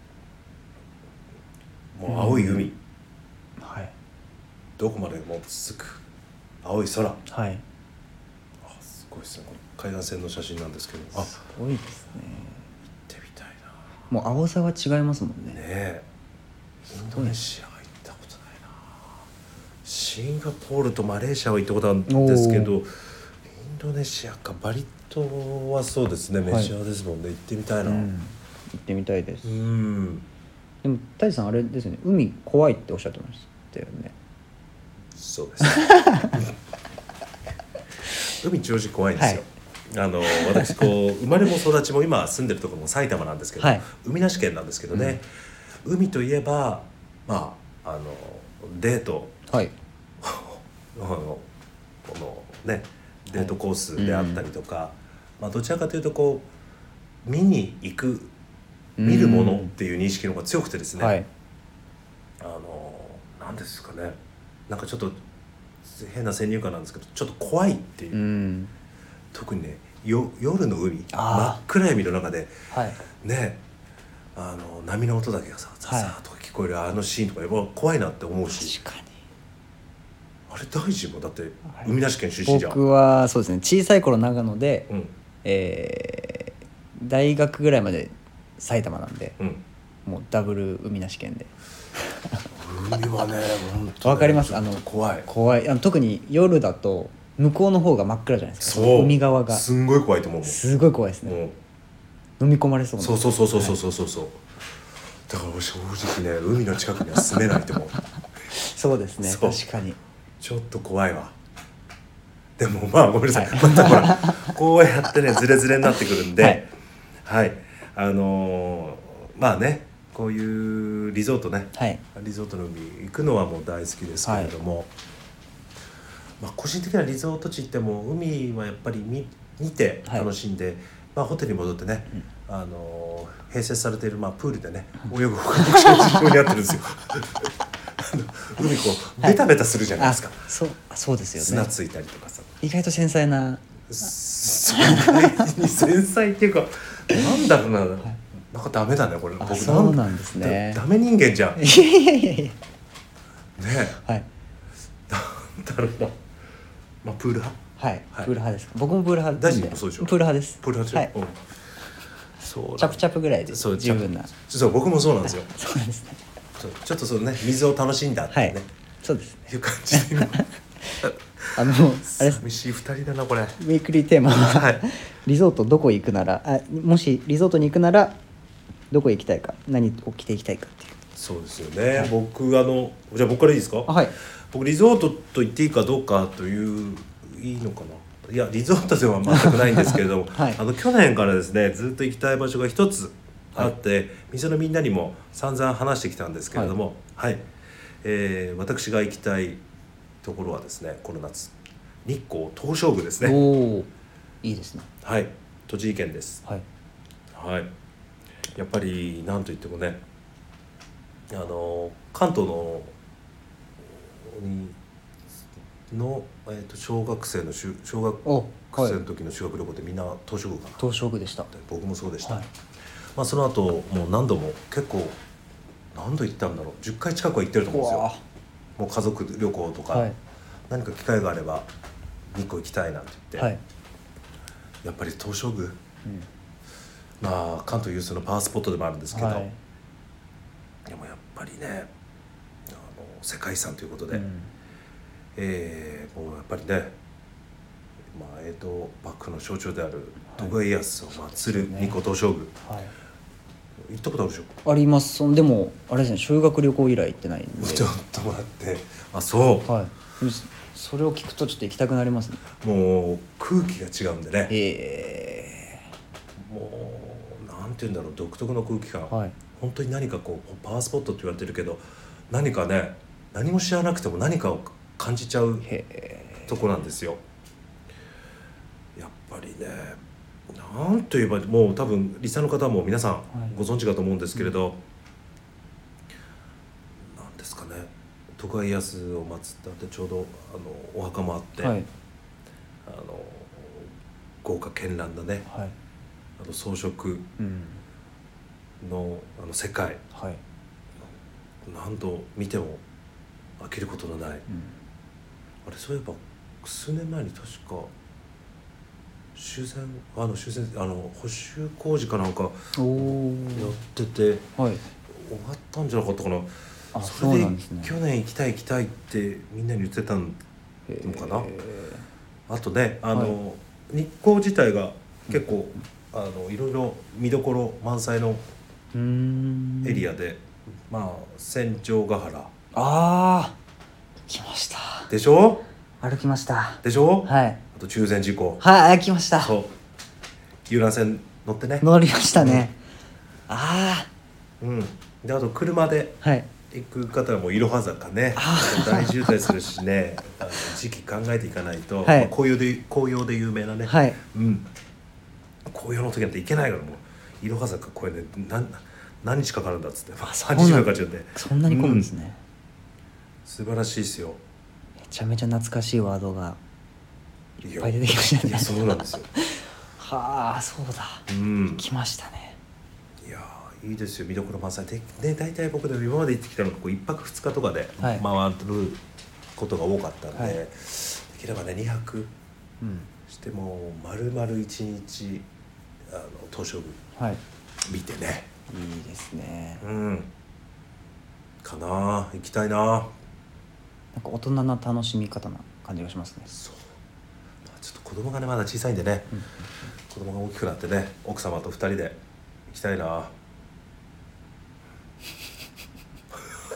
もう青い海、うん、はい、どこまでも続く青い空、はい、あ、すごいですね。これ海岸線の写真なんですけど、あ、 すごいですね。 行ってみたいな。 もう青さが違いますもんね。 ねえ、インドネシアは行ったことないな。シンガポールとマレーシアは行ったことあるんですけど、インドネシアかバリ島はそうですね、メジャーですもんね、はい、行ってみたいな、うん、 行ってみたいです。 うん、 でもタイさんあれですよね、海怖いっておっしゃってましたよね。 そうです海正直怖いんですよ、はい、あの私こう生まれも育ちも今住んでるところも埼玉なんですけど、はい、海なし県なんですけどね、うん、海といえばまああのデート、はい、あのこのねデートコースであったりとか、はい、うん、まあ、どちらかというとこう見に行く見るものっていう認識の方が強くてですね、はい、あのなんですかね、なんかちょっと変な先入観なんですけどちょっと怖いっていう、うん、特にねよ夜の海真っ暗闇の中で、はい、ね、あの波の音だけがさザザーとか聞こえるあのシーンとかやっぱ怖いなって思うし、 確かにあれ大臣もだって海なし県出身じゃん。 僕はそうですね、小さい頃長野で、うん、えー、大学ぐらいまで埼玉なんで、うん、もうダブル海なし県で海はね、本当わかります。あの怖い怖い、あの特に夜だと向こうの方が真っ暗じゃないですか。そう、海側がすんごい怖いと思う。 すごい怖いですね、うん、飲み込まれそうな。 そうそうそうそうそうそうそう、はい、だから俺正直ね海の近くには住めないと思うそうですね、確かにちょっと怖いわ。でもまあごめんなさい、はい、またほらこうやってねズレズレになってくるんで、はい、はい、あのー、まあねこういうリゾートね、はい、リゾートの海行くのはもう大好きですけれども、はい、まあ、個人的なリゾート地っても海はやっぱり 見, 見て楽しんで、はい、まあ、ホテルに戻ってね、うん、あの併設されている、まあ、プールでね泳ぐ方が僕自分に合ってるんですよ海こうベタベタするじゃないですか、はい、 そうそうですよね。 砂ついたりとかさ、 意外と繊細なそに繊細っていうかなんだろうな、はい、なんかダメだねこれ。僕そうなんですね。 ダメ人間じゃん。いやいやいやねえ、はい、なんだろうな、まあ、プール派、 はい、はい、プール派です。僕もプール派大臣もそうでしょ。 プール派です。 プール派でしょ、はい、うん、 そうチャプチャプぐらいで十分な。 そう僕もそうなんですよ。 そうなんですね。 ちょっとそのね水を楽しんだってね、はい、 そうですね、 いう感じであのあれ寂しいふたりだなこれ。 ウィークリーテーマは、はい、リゾートどこ行くならあもしリゾートに行くならどこへ行きたいか、何を着ていきたいかっていう。 そうですよね、はい、僕あのじゃあ僕からいいですか。 はい、 僕リゾートと言っていいかどうかといういいのかな。いやリゾートでは全くないんですけれども、はい、あの去年からですねずっと行きたい場所が一つあって、はい、店のみんなにも散々話してきたんですけれども、はい、はい、えー、私が行きたいところはですねこの夏日光東照宮ですね。 おー、いいですね。 はい、栃木県です。 はい、 はい、やっぱりなんといってもねあの関東のにの、えー、と小学生の小学生の時の修学旅行ってみんな東照宮かな。 東照宮でした。 僕もそうでした、はい、まあ、その後もう何度も結構何度行ったんだろうじゅっかい近くは行ってると思うんですよ。もう家族旅行とか、はい、何か機会があれば日光行きたいなって言って、はい、やっぱり東照宮、うん、まあ関東有数のパワースポットでもあるんですけど、はい、でもやっぱりねあの世界遺産ということで、うん、えー、もうやっぱりね、まあ、江戸幕府の象徴である徳川家康を祀る日光東照宮、はい、行ったことあるでしょ。 あります。そんでもあれですね、修学旅行以来行ってないんで。 ちょっと待って、あ、そう、はい、 それを聞くとちょっと行きたくなりますね。 もう空気が違うんでね、 えー、もうなんて言うんだろう、独特の空気感、はい、本当に何かこうパワースポットって言われてるけど何かね何も知らなくても何かを感じちゃうとこなんですよ。やっぱりねなんと言えばもう多分リスナーの方も皆さんご存知かと思うんですけれど、はい、なんですかね、徳川家康を祀ったってちょうどあのお墓もあって、はい、あの豪華絢爛なね、はい、あの装飾の、あの世界、はい、何度見ても飽きることのない、うん、あれそういえば数年前に確か修繕あの修繕あの補修工事かなんかやってて、はい、終わったんじゃなかったかな。あ、それで去年行きたい行きたいってみんなに言ってたのかな。あとねあの、はい、日光自体が結構、うん、あのいろいろ見どころ満載のエリアで、まあ千丈ヶ原、 あー来ましたでしょ。 歩きましたでしょ。 はい。 あと中禅寺湖、 はい、来ました。 そう遊覧船乗ってね乗りましたね、うん、ああうんであと車で行く方はもういろは坂ね、大渋滞するしねあの時期考えていかないと、はい、まあ、紅葉で紅葉で有名なね、はい、うん、紅葉の時なんて行けないからもういろは坂これね何何日かかるんだっつってさんじかんかかっちゃってそんなに混むんですね、うん、 素晴らしいですよ。 めちゃめちゃ懐かしいワードがいっぱい出てきましたね。 いやそうなんですよはあそうだ、うん、来ましたね。 いやいいですよ、見どころ満載で、で大体僕でも今まで行ってきたのがこういっぱくふつかとかで回ることが多かったんで、はい、できればねにはくしても丸々いちにちあの東照宮見てね、 はい、いいですね、 うん、かな行きたいな。なんか大人な楽しみ方な感じがしますね。 そう、まあ、ちょっと子供がねまだ小さいんでね、うん、子供が大きくなってね奥様とふたりで行きたいな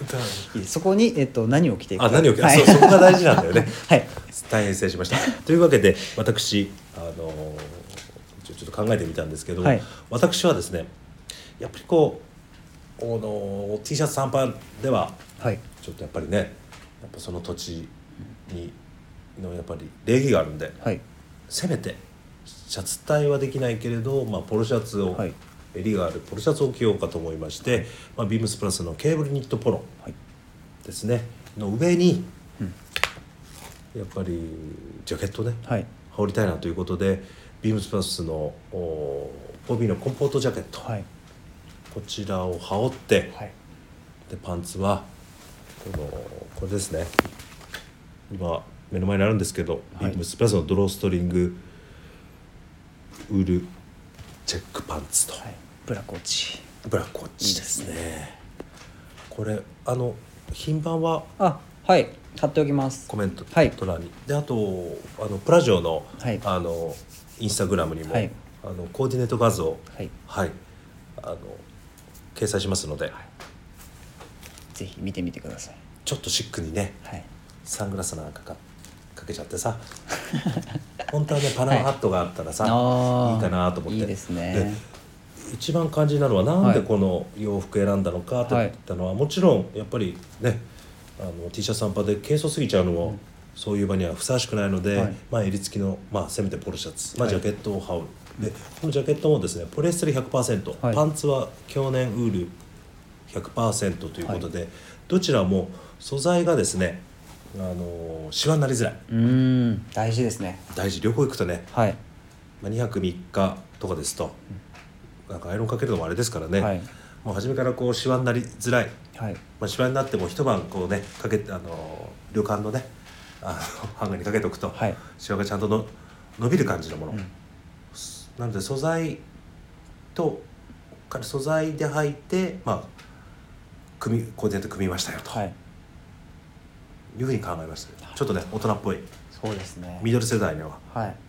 いいそこに、えっと、何を着ていくかあ何を着て、 はい、 そうそこが大事なんだよねはい大変失礼しましたというわけで私あのちょちょっと考えてみたんですけど、はい、私はですねやっぱりこうあの T シャツ参拝では、はい、ちょっとやっぱりねやっぱその土地にのやっぱり礼儀があるんで、はい、せめてシャツタイはできないけれど、まあ、ポロシャツを、はい、襟があるポロシャツを着ようかと思いまして、はい、まあ、ビームスプラスのケーブルニットポロですね、の上に、うん、やっぱりジャケットね、はい、羽織りたいなということでビームスプラスの フォービー のコンポートジャケット、はい、こちらを羽織って、はい、でパンツはこのこれですね今目の前にあるんですけど、はい、ビームスプラスのドローストリングウールチェックパンツと、はい、 ブラックウォッチブラックウォッチですね。いいですねこれあの品番はあはい貼っておきますコメント欄に、はい、であとあのプラジオの、はい、あのインスタグラムにも、はい、あのコーディネート画像、はいはい、あの掲載しますので、はい、 ぜひ見てみてください。 ちょっとシックにね、はい、サングラスなんかかかけちゃってさ本当はねパナマハットがあったらさ、はい、いいかなと思って。 いいですね。 で一番肝心なのはなんでこの洋服選んだのかって言ったのは、はい、もちろんやっぱりねあの T シャツ散歩で軽装すぎちゃうのも、うん、そういう場にはふさわしくないので、はい、まあ、襟付きの、まあ、せめてポロシャツ、まあ、ジャケットを羽織る、はい、でこのジャケットもですねポリエステル ひゃくパーセント、はい、パンツは強粘ウール ひゃくパーセント ということで、はい、どちらも素材がですねあのシワになりづらい。 うーん大事ですね。 大事。旅行行くとね、はい、まあ、にはくみっかとかですと、うん、なんかアイロンかけるのもあれですからね、はい、もう初めからこうシワになりづらい、はい、まあ、シワになっても一晩こうねかけてあの旅館のねあのハンガーにかけておくと、はい、シワがちゃんとの伸びる感じのもの、うん、なので素材と素材で履いて、まあ、組みコーディネート組みましたよと、はい、いうふうに考えました。ちょっとね大人っぽい。 そうですね。 ミドル世代には、はいはい、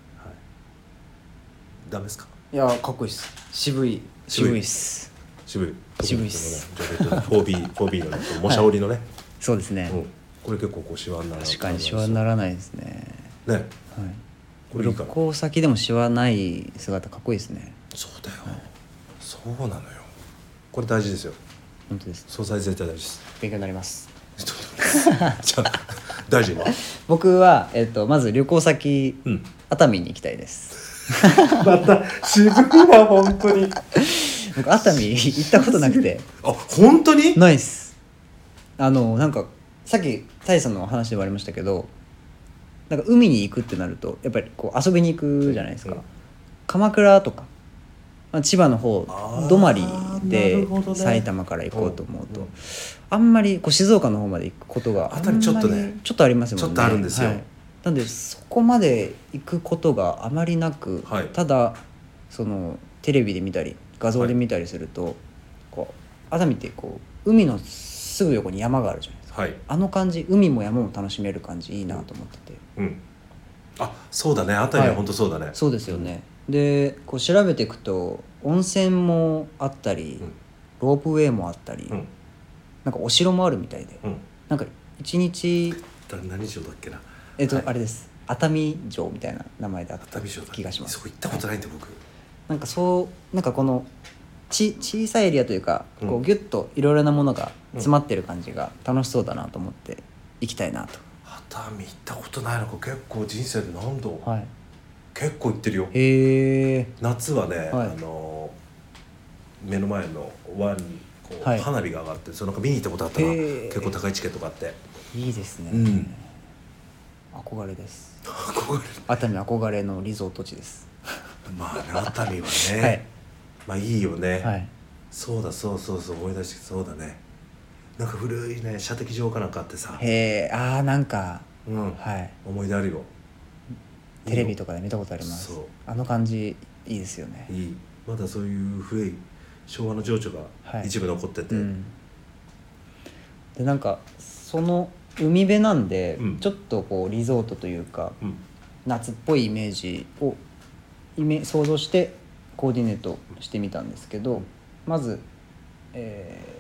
ダメですか。 いやかっこいいです。渋い渋いっす。 渋い渋いっす。 ジャケットの フォービー フォービー のね模写織りのね、はい、 そうですね、うん、 これ結構こうシワにならない。 確かにシワにならないですね。 ね、はい、 これ旅行先でもシワない姿かっこいいですね。 そうだよ、はい、そうなのよ。これ大事ですよ。 本当です。 素材絶対大事です。 勉強になります。 じゃあ大臣は僕は、えっと、まず旅行先、うん、熱海に行きたいです。 また渋いな本当に。 僕熱海行ったことなくて。 あ本当にないっす。あのなんかさっきタイさんの話でもありましたけど、なんか海に行くってなるとやっぱりこう遊びに行くじゃないですか、うん、鎌倉とか千葉の方止まりで埼玉から行こうと思うと、うんうん、あんまりこう静岡の方まで行くことがあんまりちょっとねちょっとありますもんね。 ちょっとあるんですよ、はい、 なんでそこまで行くことがあまりなく、はい、ただそのテレビで見たり画像で見たりすると、はい、こう熱海ってこう海のすぐ横に山があるじゃないですか、はい、あの感じ海も山も楽しめる感じいいなと思ってて、 うん、あそうだね熱海は本当そうだね、はい、 そうですよね、うん、でこう調べていくと温泉もあったり、うん、ロープウェイもあったり、うん、なんかお城もあるみたいで、うん、なんか一日何城だっけなえっと、はい、あれです熱海城みたいな名前であった気がします。 そう行ったことないんで僕なんかそうなんかこのち小さいエリアというか、うん、こうギュッといろいろなものが詰まってる感じが楽しそうだなと思って行きたいなと。 熱海行ったことないのか。結構人生で何度、はい、結構行ってるよ。 へえ。 夏はね、はい、あの目の前の湾にこう、はい、花火が上がってその中見に行ったことあったな。結構高いチケットがあって。 いいですね、うん、憧れです。 憧れ熱海憧れのリゾート地です。 まあね熱海はね、はい、まあいいよね、はい、そうだそうそうそう思い出してそうだね。なんか古いね射的場かなんかあってさ。 へえ。あーなんか、 うん、はい、思い出あるよ。 テレビとかで見たことあります。そうあの感じいいですよね。 いい。まだそういう古い昭和の情緒が一部残ってて、はい、うん、 でなんかその海辺なんで、うん、ちょっとこうリゾートというか、うん、夏っぽいイメージをイメ想像してコーディネートしてみたんですけど、まず、え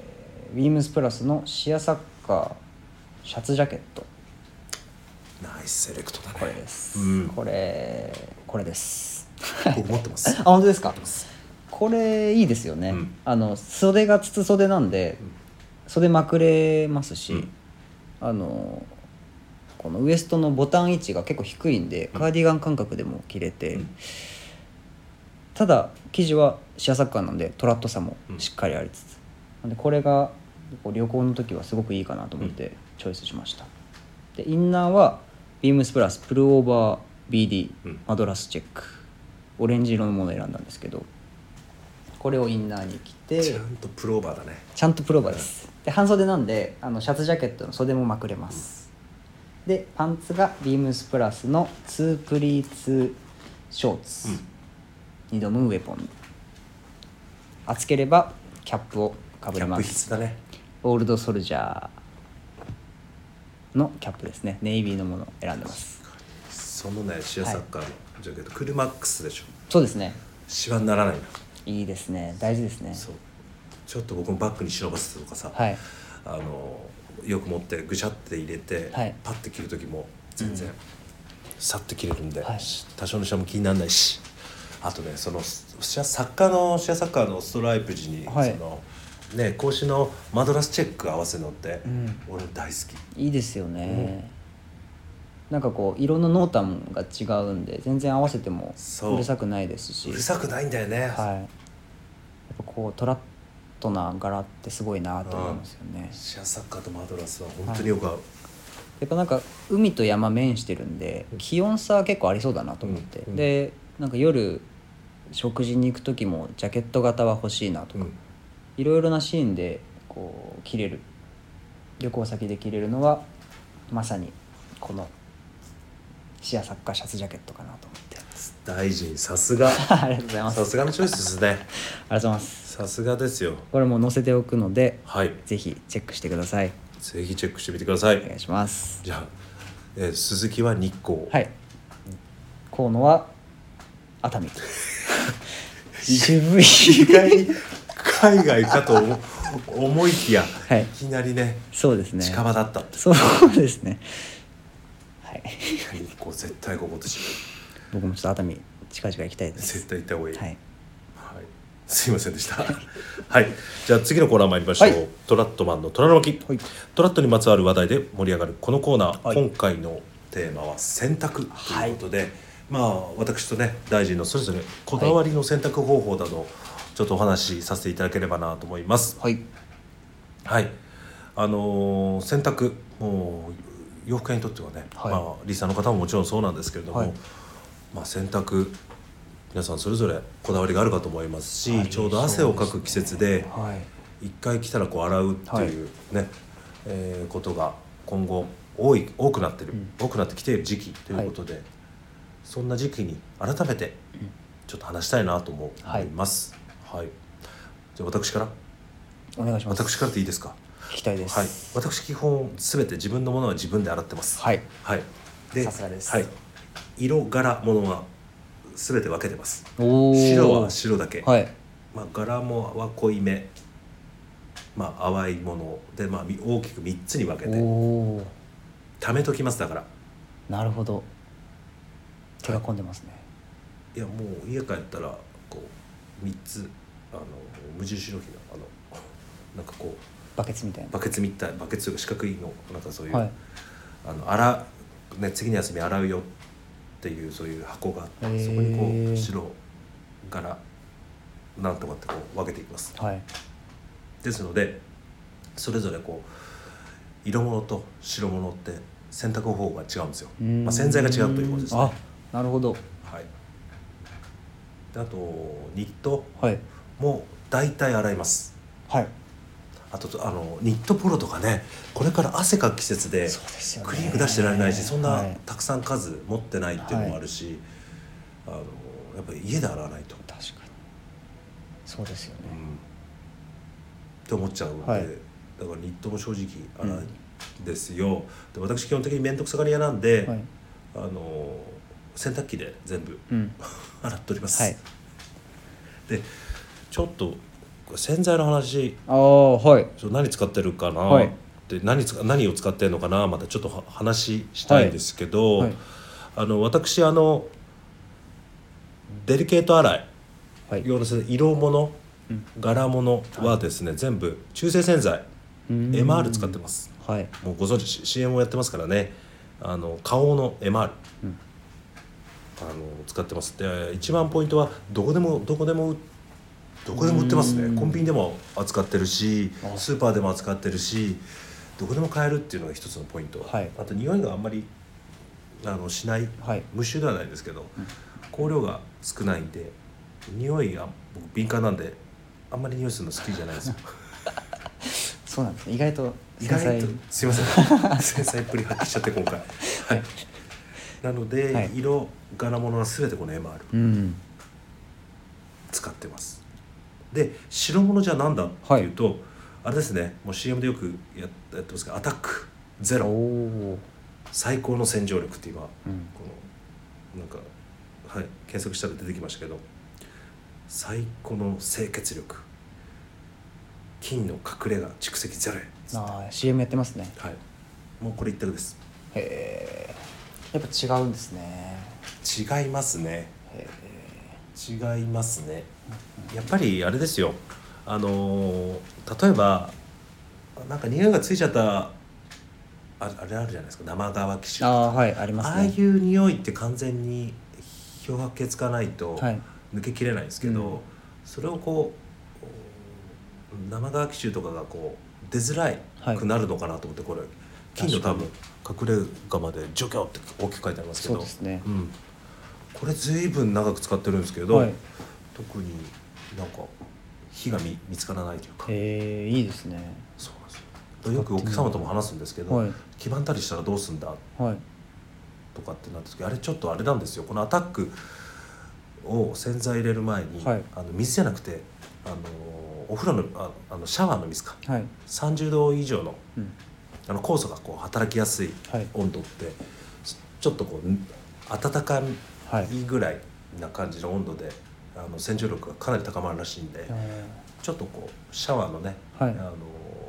ー、ビームスプラスのシアサッカーシャツジャケット、 ナイスセレクトだね。 これです、 うん、 これこれです僕持ってますあ、本当ですか。これいいですよね、うん、あの袖が筒袖なんで、うん、袖まくれますし、うん、あのこのウエストのボタン位置が結構低いんで、カーディガン感覚でも着れて、うん、ただ生地はシアサッカーなんでトラットさもしっかりありつつ、うん、なんでこれが旅行の時はすごくいいかなと思ってチョイスしました。でインナーはビームスプラスプルオーバー ビーディー マドラスチェック、オレンジ色のものを選んだんですけど、これをインナーに着て、 ちゃんとプルオーバーだね。 ちゃんとプルオーバーです、うん、で半袖なんであのシャツジャケットの袖もまくれます、うん、でパンツがビームスプラスのツープリーツショーツ、うん、に度ムウェポン、暑ければキャップをかぶれます。 キャップ必須だね。 オールドソルジャーのキャップですね、ネイビーのものを選んでます。 そのねシアサッカーのジャケット、はい、クルマックスでしょ。 そうですね、 シワにならないな。 いいですね、大事ですね。 そう、ちょっと僕もバッグに忍ばせてとかさ、 はい、 あのよく持ってぐしゃって入れて、はい、パッて着る時も全然、うん、さって着れるんで、はい、多少のシワも気にならないし、あとねそのシアサッカーのシアサッカーのストライプ地に、はい、そのね格子のマドラスチェック合わせるのって、うん、俺大好き。 いいですよね、うん、なんかこう色の濃淡が違うんで全然合わせてもうるさくないですし。 うるさくないんだよね。 はい、やっぱこうトラットな柄ってすごいなと思いますよね。 シアサッカーとマドラスは本当によく合う、はい、 やっぱなんか海と山面してるんで気温差結構ありそうだなと思って、うんうん、でなんか夜食事に行く時もジャケット型は欲しいなとか、いろいろなシーンでこう着れる、旅行先で着れるのはまさにこのシアサッカーシャツジャケットかなと思って。 大臣さすがありがとうございます。 さすがのチョイスですね。ありがとうございます。 さすがですよ。 これも載せておくので、 はい、 ぜひチェックしてください。 ぜひチェックしてみてください。 お願いします。 じゃあ、えー、鈴木は日光、 はい、河野は熱海渋い意外に海外かと思いきや、はい、いきなりね、 そうですね、 近場だったって。 そうですね、はい、 日光絶対こことし僕もちょっと熱海近々行きたいです。 絶対行った方がいい、 はいはい、 すいませんでしたはい、じゃあ次のコーナー参りましょう、はい、トラットマンの虎の巻、はい、トラットにまつわる話題で盛り上がるこのコーナー、はい、今回のテーマは洗濯ということで、はい、まあ私とね大臣のそれぞれこだわりの洗濯方法などちょっとお話しさせていただければなと思います。はい、はい、あのー、洗濯もう洋服屋にとってはね、はい、まあ、リスナーの方ももちろんそうなんですけれども、はい、まあ、洗濯皆さんそれぞれこだわりがあるかと思いますし、はい、ちょうど汗をかく季節で一回着たらこう洗うっていうね、はい、えー、ことが今後多い多くなってる、うん、多くなってきている時期ということで、はい、そんな時期に改めてちょっと話したいなと思います。はい、はい、じゃあ私からお願いします。 私からでいいですか。 聞きたいです。 はい、私基本すべて自分のものは自分で洗ってます。 はい、 はい、でさすがです。 はい、色柄ものはすべて分けてます。白は白だけ、はい、まあ、柄もは濃いめ、まあ、淡いもので、まあ、大きくみっつに分けて貯めときます。だからなるほど、手が込んでますね。 はい、いやもう家帰ったらこうみっつあの無印良品のあのなんかこうバケツみたいなバケツみたいバケツというか四角いのなんかそういう、はい、あの洗う、ね、次の休み洗うよっていうそういう箱があって、そこにこう白柄なんとかってこう分けていきます。はい、ですのでそれぞれこう色物と白物って洗濯方法が違うんですよ。まあ、洗剤が違うということですね。 あ、なるほど。 はい、であとニットも大体洗います。はい、あとあのニットプロとかね、これから汗かく季節でクリーム出してられないし、そんなたくさん数持ってないっていうのもあるし、はい、あのやっぱり家で洗わないと。 確かにそうですよね、うん、 って思っちゃうので、はい、だからニットも正直洗いですよ、うん、で私基本的に面倒くさがり屋なんで、はい、あの洗濯機で全部、うん、洗っております、はい、でちょっと洗剤の話、 ああはい何使ってるかな、 はい、 で 何, 何を使ってるのかな、またちょっと話したいんですけど、はいはい、あの私あのデリケート洗い、はい、要するに色物、うん、柄物はですね、はい、全部中性洗剤 エムアール 使ってます、はい、もうご存知 シーエム をやってますからね、あの花王の エムアール、うん、あの使ってます。で一番ポイントはどこでもどこでもどこでも売ってますね。コンビニでも扱ってるし、スーパーでも扱ってるし、どこでも買えるっていうのが一つのポイント、はい、あと匂いがあんまりあのしない、はい、無臭ではないですけど、うん、香料が少ないんで匂いが僕敏感なんであんまり匂いするの好きじゃないですよそうなんですね。意外と意外とすいません繊細っぷり発揮しちゃって今回、はい、なので、はい、色柄物は全てこの エムアール、うん、使ってます。で白物じゃなんだっていうと、はい、あれですね、もう シーエム でよくやってますけどアタックゼロ、最高の洗浄力って今、うん、このなんか、はい、検索したら出てきましたけど、最高の清潔力、菌の隠れ家蓄積ゼロへ。 ああ シーエム やってますね。 はい、もうこれ一択です。 へえ、やっぱ違うんですね。 違いますね。へえ、違いますね。やっぱりあれですよ、あのー、例えばなんか匂いがついちゃったあ, あれあるじゃないですか、生乾き臭とか、 あ、はい、ありますね。 ああいう匂いって完全に漂白系使わないと抜けきれないんですけど、はい、うん、それをこう生乾き臭とかがこう出づらいくなるのかなと思って、これ菌の多分隠れ家まで除去って大きく書いてありますけど、 そうですね、 うん、これ随分長く使ってるんですけど、はい、特になんか火が 見, 見つからないというか。 へえ、いいですね。 そうなんですよ。よくお客様とも話すんですけど、はい、黄ばんだりしたらどうすんだ、はい、とかってなった時、あれちょっとあれなんですよ、このアタックを洗剤入れる前に、はい、あの水じゃなくてあのお風呂の あ, あのシャワーの水か、はい、さんじゅうど以上の、うん、あの酵素がこう働きやすい温度って、はい、ちょっとこう温かいぐらいな感じの温度であの洗浄力がかなり高まるらしいんで、ちょっとこうシャワーのね、はい、あの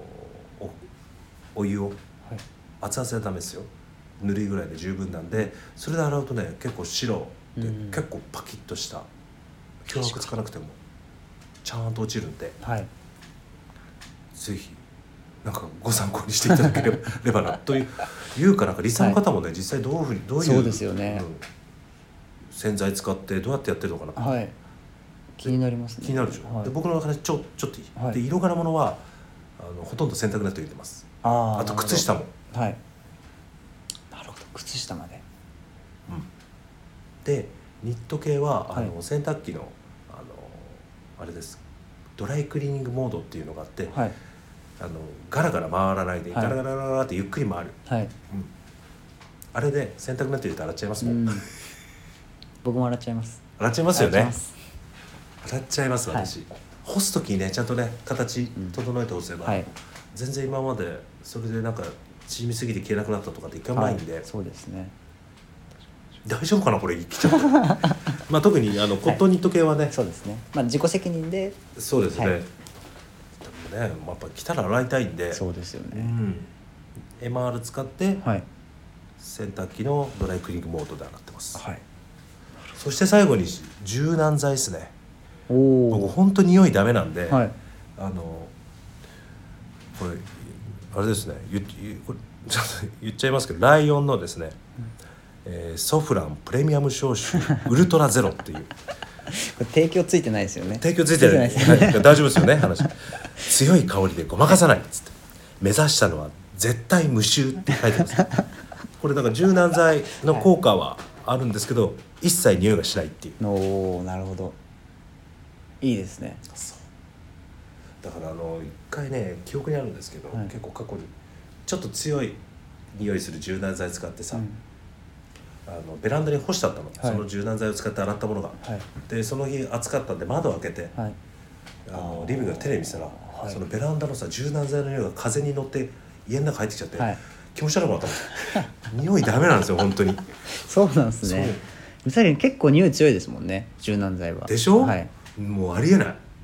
お, お湯を、はい、熱々でダメですよ、ぬるいぐらいで十分なんで、それで洗うとね結構白で、うん、結構パキッとした漂白つかなくてもちゃんと落ちるんで、はい、ぜひなんかご参考にしていただければなといういうかなんかリスナーの方もね、はい、実際どういうふうにどういう、 そうですよね、うん、 洗剤使ってどうやってやってるのかな、 はい、気になりますね。 気になるでしょ、はい、で僕の話ちょちょっといい、はい、で色柄物はあのほとんど洗濯ネット入れてます。 あ, あと靴下も、 はい、なるほど、靴下まで、 うん、でニット系はあの、はい、洗濯機のあのあれです、ドライクリーニングモードっていうのがあって、はい、あのガラガラ回らないで、はい、ガラガラガラガラってゆっくり回る、はい、うん、あれで洗濯ネット入れて洗っちゃいますもん、うん、 僕も洗っちゃいます。 洗っちゃいますよね。洗っちゃいます私、はい、干す時にねちゃんとね形整えて干せば、うん、はい、全然今までそれでなんか縮みすぎて消えなくなったとかって一回もないんで、はい、 そうですね、 大丈夫かなこれ生きちゃってまあ特にあのコットンニット系はね、はい、 そうですね、まあ自己責任で、 そうですね、はい、多分ね、やっぱ来たら洗いたいんで、 そうですよね、うん、 エムアール 使って、はい、洗濯機のドライクリーニングモードで洗ってます、はい、そして最後に柔軟剤ですね。お僕本当に匂いダメなんで、はい、あのこれあれですね、言, これちょっと言っちゃいますけど、ライオンのですね、うん、えー、ソフランプレミアム消臭ウルトラゼロっていうこれ提供ついてないですよね。 提供ついてないですよね大丈夫ですよね話強い香りでごまかさないっつって、目指したのは絶対無臭って書いてますこれだから柔軟剤の効果はあるんですけど、はい、一切匂いがしないっていう。 おー、なるほど、いいですね。 そうだからあの一回ね記憶にあるんですけど、はい、結構過去にちょっと強い匂いする柔軟剤使ってさ、うん、あのベランダに干してあったの、はい、その柔軟剤を使って洗ったものが、はい、でその日暑かったんで窓を開けて、はい、あのリビングでテレビ見てたら、はい、そのベランダのさ柔軟剤の匂いが風に乗って家の中入ってきちゃって、はい、気持ち悪くなったもん匂いダメなんですよ本当にそうなんですね。結構匂い強いですもんね柔軟剤は。 でしょ、 はい、 もうありえない。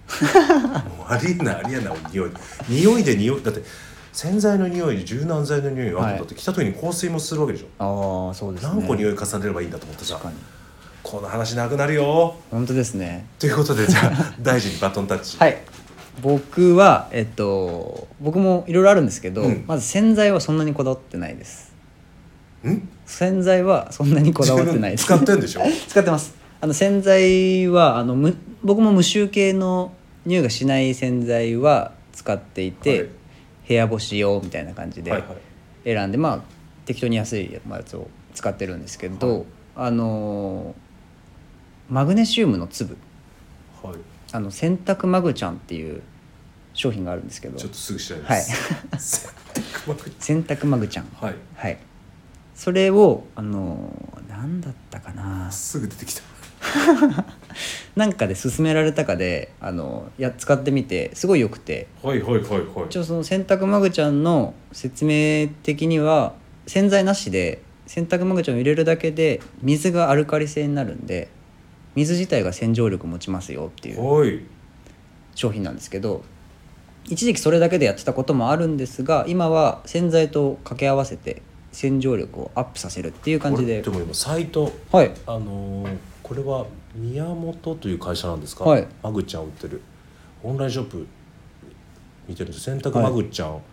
もうありえないありえない匂い匂いで匂いだって洗剤の匂い柔軟剤の匂いはあとだって来た時に香水もするわけでしょ。 ああそうですね。 何個匂い重ねればいいんだと思ってさ、 確かにこの話なくなるよ。 本当ですね。 ということでじゃあ大臣にバトンタッチ。 はい、僕はえっと僕もいろいろあるんですけど、うん、まず洗剤はそんなにこだわってないです。 ん洗剤はそんなにこだわってないです。 使ってんでしょ使ってます。あの洗剤はあのむ僕も無臭系の匂いがしない洗剤は使っていて、はい、部屋干し用みたいな感じで選んで、まあ適当に安いやつを使ってるんですけど、はい、あのマグネシウムの粒、はい、あの洗濯マグちゃんっていう商品があるんですけど、 ちょっとすぐ調べます、 はい、洗濯マグちゃん、 はい、 はい、それをあの何だったかな、 すぐ出てきたなんかで勧められたかであのや使ってみてすごい良くて、 はいはいはいはい、 一応その洗濯マグちゃんの説明的には洗剤なしで洗濯マグちゃんを入れるだけで水がアルカリ性になるんで水自体が洗浄力持ちますよっていう商品なんですけど、一時期それだけでやってたこともあるんですが、今は洗剤と掛け合わせて洗浄力をアップさせるっていう感じで。 でも今サイト、 はい、 あのー、これは宮本という会社なんですか、 はい、 マグちゃん売ってるオンラインショップ見てると洗濯マグちゃん、はい、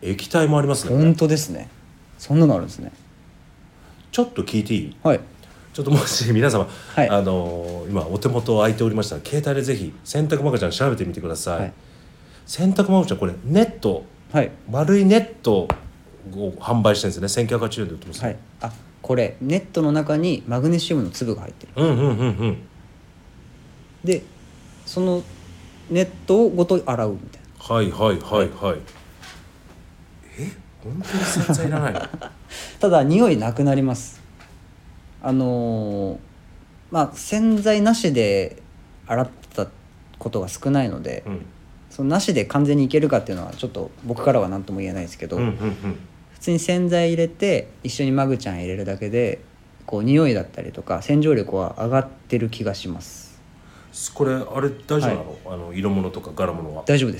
液体もありますね。 本当ですね、そんなのあるんですね。 ちょっと聞いていい？ はい、 ちょっともし皆様、 はい、 あのー、今お手元空いておりましたら携帯でぜひ洗濯マグちゃん調べてみてください、はい、洗濯マグちゃんこれネット、はい、丸いネットを販売してるんですね。せんきゅうひゃくはちじゅうえんで売ってます、ね、 はい、あこれネットの中にマグネシウムの粒が入ってる。 うんうんうんうん。 でそのネットをごと洗うみたいな。はいはいはいはい。え本当に洗剤いらないの？ ただ匂いなくなります。あのー、まあ洗剤なしで洗ったことが少ないので、うん、そのなしで完全にいけるかっていうのはちょっと僕からは何とも言えないですけど、うんうんうん、普通に洗剤入れて一緒にマグちゃん入れるだけでこう匂いだったりとか洗浄力は上がってる気がします。 これあれ大丈夫なの？はい、あの色物とか柄物は大丈夫です。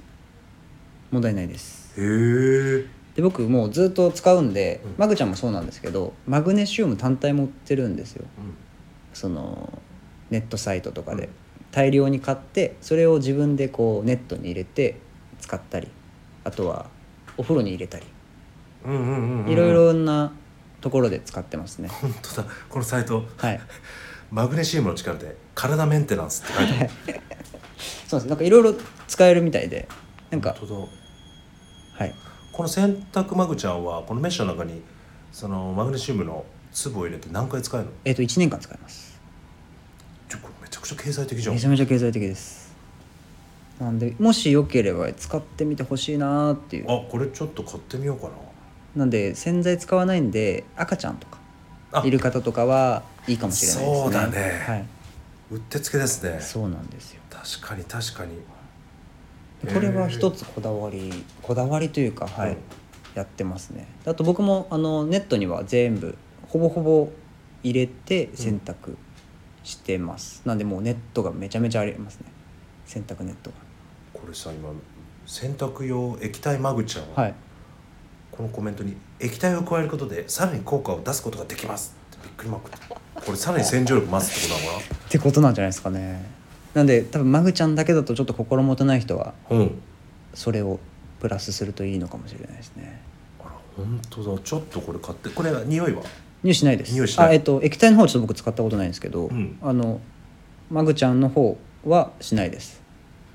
問題ないです。 へえ。 で僕もうずっと使うんで、うん、マグちゃんもそうなんですけどマグネシウム単体も売ってるんですよ、うん、そのネットサイトとかで、うん、大量に買ってそれを自分でこうネットに入れて使ったり、あとはお風呂に入れたり、いろいろなところで使ってますね。 本当だ、このサイト、 はい、 マグネシウムの力で体メンテナンスって書いてあるそうです、なんかいろいろ使えるみたいで、なんか本当だ、 はい、 この洗濯マグちゃんはこのメッシュの中にそのマグネシウムの粒を入れて何回使えるの？ えっといちねんかん使えます。 ちょこれめちゃくちゃ経済的じゃん。 めちゃめちゃ経済的です。なんでもしよければ使ってみてほしいなっていう。 あ、これちょっと買ってみようかな。 なんで洗剤使わないんで赤ちゃんとかいる方とかはいいかもしれないですね。 そうだね、 はい、 うってつけですね。 そうなんですよ。 確かに確かに。 これは一つこだわりこだわりというか、はい、うん、やってますね。あと僕もあのネットには全部ほぼほぼ入れて洗濯してます、うん、なんでもうネットがめちゃめちゃありますね、洗濯ネットが。 これさ、今洗濯用液体マグちゃん、はい、このコメントに液体を加えることでさらに効果を出すことができますってびっくりマーク。これさらに洗浄力増すってことなのかなってことなんじゃないですかね。なんで多分マグちゃんだけだとちょっと心もとない人はそれをプラスするといいのかもしれないですね。 あら本当だ、ちょっとこれ買って。これ匂いは匂いしないです。 匂いしない。 あ、えっと液体の方はちょっと僕使ったことないんですけど、うん、あのマグちゃんの方はしないです。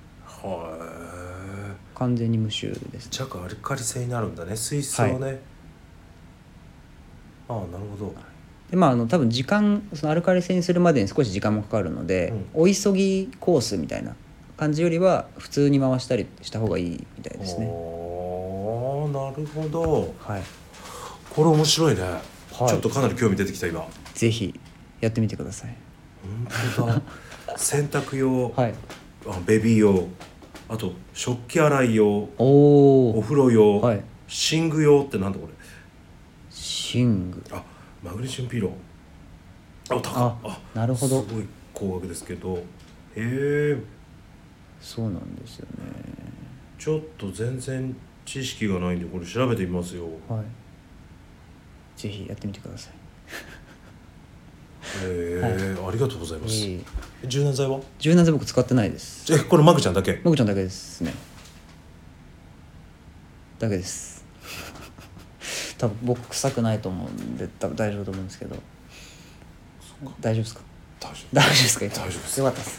はい、 完全に無臭です、ね。 弱アルカリ性になるんだね、水素ね、はい、ああなるほど。 でまあ、あの多分時間そのアルカリ性にするまでに少し時間もかかるので、うん、お急ぎコースみたいな感じよりは普通に回したりした方がいいみたいですね。 おー、なるほど、 はい、 これ面白いね、はい、ちょっとかなり興味出てきた今。 ぜひやってみてください。 本当だ洗濯用、 はい、 ベビー用、あと食器洗い用、 おお風呂用、 はい、 寝具用ってなんだこれ。 寝具、 あ、マグネシウムピロー、あ、高っ、 あ、なるほど、 すごい高額ですけど、へえ。 そうなんですよね。 ちょっと全然知識がないんでこれ調べてみますよ。 はい、ぜひやってみてください。 へえ、はい、ありがとうございます。えー、柔軟剤は柔軟剤僕使ってないです。 え、これマグちゃんだけ？ マグちゃんだけですね。だけです多分僕臭くないと思うんで多分大丈夫と思うんですけど。大丈夫ですか？ 大丈夫大丈夫ですか？ 大丈夫です。 よかったです。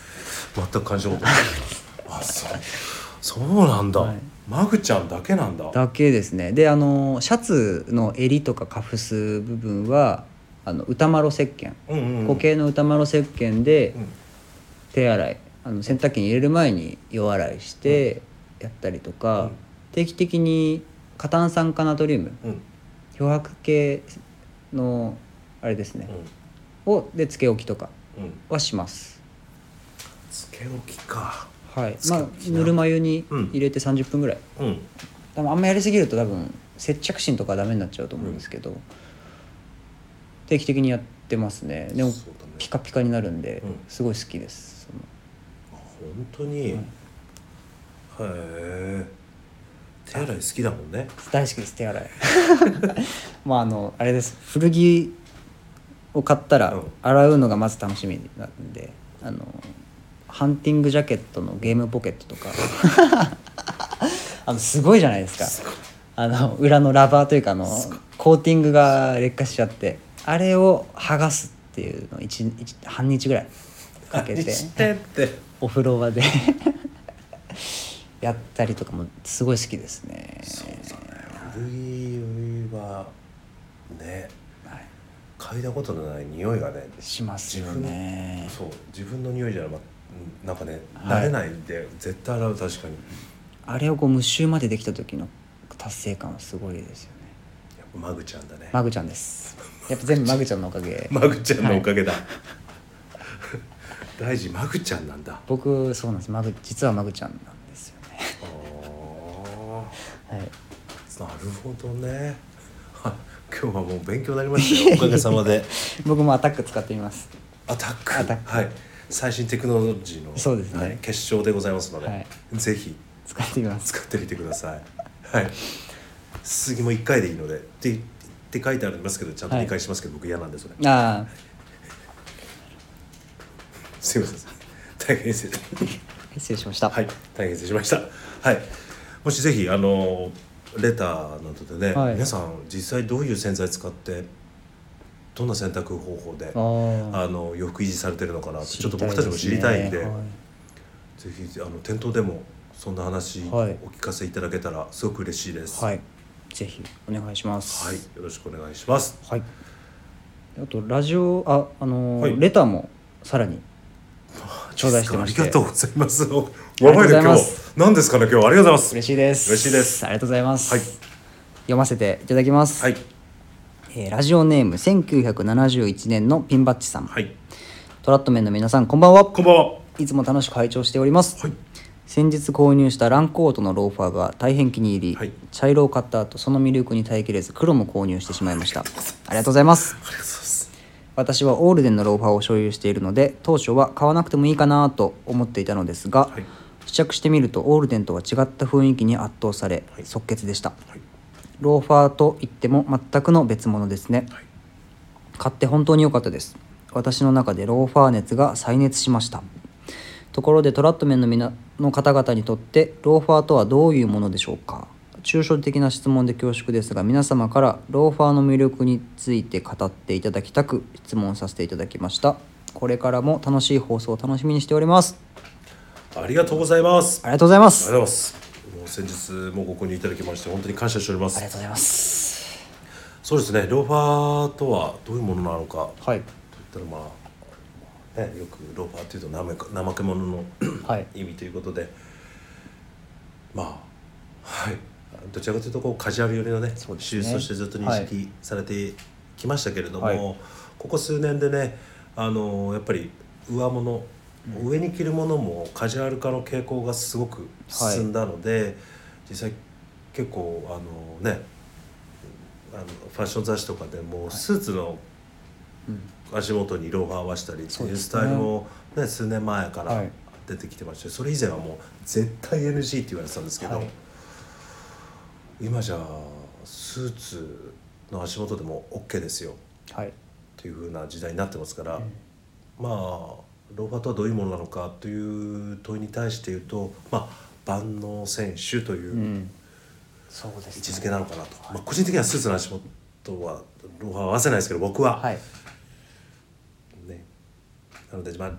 全く感じたことないあ、そうそうなんだ、はい、マグちゃんだけなんだ。 だけですね。で、あのシャツの襟とかカフス部分はあの歌麿石鹸、うんうんうん、固形の歌麿石鹸で手洗い、あの洗濯機に入れる前に夜洗いしてやったりとか、うん、定期的に過炭酸化ナトリウム、うん、漂白系のあれですね、うん、をでつけ置きとかはします、 うん、つけ置きか。 はい、まあぬるま湯に入れてさんじゅっぷんぐらい、うん、多分あんまやりすぎると多分接着芯とかダメになっちゃうと思うんですけど、うん、定期的にやってますね。でも、ね、ピカピカになるんで、うん、すごい好きです。 本当に、うん、へえ、手洗い好きだもんね。 大好きです、手洗いまああのあれです、古着を買ったら洗うのがまず楽しみなんで、あのハンティングジャケットのゲームポケットとかあのすごいじゃないですか。すあの裏のラバーというかあのコーティングが劣化しちゃって、あれを剥がすっていうのを一日半日ぐらいかけてお風呂場でやったりとかもすごい好きですね。 そうだね、古着はね、はい、嗅いだことのない匂いがねしますよね。 自分、そう、自分の匂いじゃなくてなんかね、慣れないんで、はい、絶対洗う。確かにあれをこう無臭までできた時の達成感はすごいですよね。 やっぱマグちゃんだね。 マグちゃんです。やっぱ全部マグちゃんのおかげマグちゃんのおかげだ、はい、大事マグちゃんなんだ。 僕そうなんです、マグ実はマグちゃんなんですよねあ、はい、なるほどね今日はもう勉強になりましたよおかげさまで僕もアタック使ってみます。 アタック、アタック、はい、最新テクノロジーの、 そうですね、はい、 結晶でございますので、はい、ぜひ使ってみます。 使ってみてください。はい。すすぎもいっかいでいいのでってって書いてありますけど、ちゃんとにかいしますけど、はい、僕嫌なんでそれ。ああ。すいません。大変失礼。 失礼しました。 はい。大変失礼しました。はい。もしぜひあのレターなどでね、はい、皆さん実際どういう洗剤使ってどんな洗濯方法でああの洋服維持されてるのかなってちょっと僕たちも知りたいんで、はい、ぜひあの店頭でもそんな話お聞かせいただけたらすごく嬉しいです。 はい。ぜひお願いします。 はい。よろしくお願いします。 はい。あとラジオああのーはい、レターもさらに頂戴してまして、 ありがとうございます。やばいね今日。何ですかね今日は。ありがとうございます。 嬉しいです。 嬉しいです。 ありがとうございます。 はい。 読ませていただきます。 はい。 えー、ラジオネームせんきゅうひゃくななじゅういちねんのピンバッジさん。 はい。 トラットメンの皆さんこんばんは。 こんばんは。 いつも楽しく拝聴しております。 はい。 先日購入したランコートのローファーが大変気に入り、はい、茶色を買った後その魅力に耐えきれず黒も購入してしまいました。ありがとうございます。私はオールデンのローファーを所有しているので当初は買わなくてもいいかなと思っていたのですが、はい、試着してみるとオールデンとは違った雰囲気に圧倒され、はい、即決でした、はい、ローファーといっても全くの別物ですね、はい、買って本当に良かったです。私の中でローファー熱が再熱しました。ところでトラットメンの皆の方々にとってローファーとはどういうものでしょうか。抽象的な質問で恐縮ですが皆様からローファーの魅力について語っていただきたく質問させていただきました。これからも楽しい放送を楽しみにしております。 ありがとうございます。 ありがとうございます。 ありがとうございます。もう先日もご購入いただきまして本当に感謝しております。 ありがとうございます。 そうですね、ローファーとはどういうものなのか、 はい、 といったらまあ、ね、よくローファーっていうと怠け者の、はい、意味ということで、まあはいどちらかというとこうカジュアル寄りのね、手術としてずっと認識されてきましたけれども、はい、ここ数年でね、あのやっぱり上物、うん、上に着るものもカジュアル化の傾向がすごく進んだので、はい、実際結構あのねあのファッション雑誌とかでもスーツの足元にローファー合わせたりっていうスタイルも、ね、数年前から出てきてました。それ以前はもう絶対 エヌジー って言われてたんですけど、はい、今じゃスーツの足元でも OK ですよ、はい、という風な時代になってますから、うん、まあローファーとはどういうものなのかという問いに対して言うと、まあ万能選手という、うん、そうですね、位置づけなのかなと、はい、まあ、個人的にはスーツの足元はローファーは合わせないですけど僕は、はい、ね、なのでまあ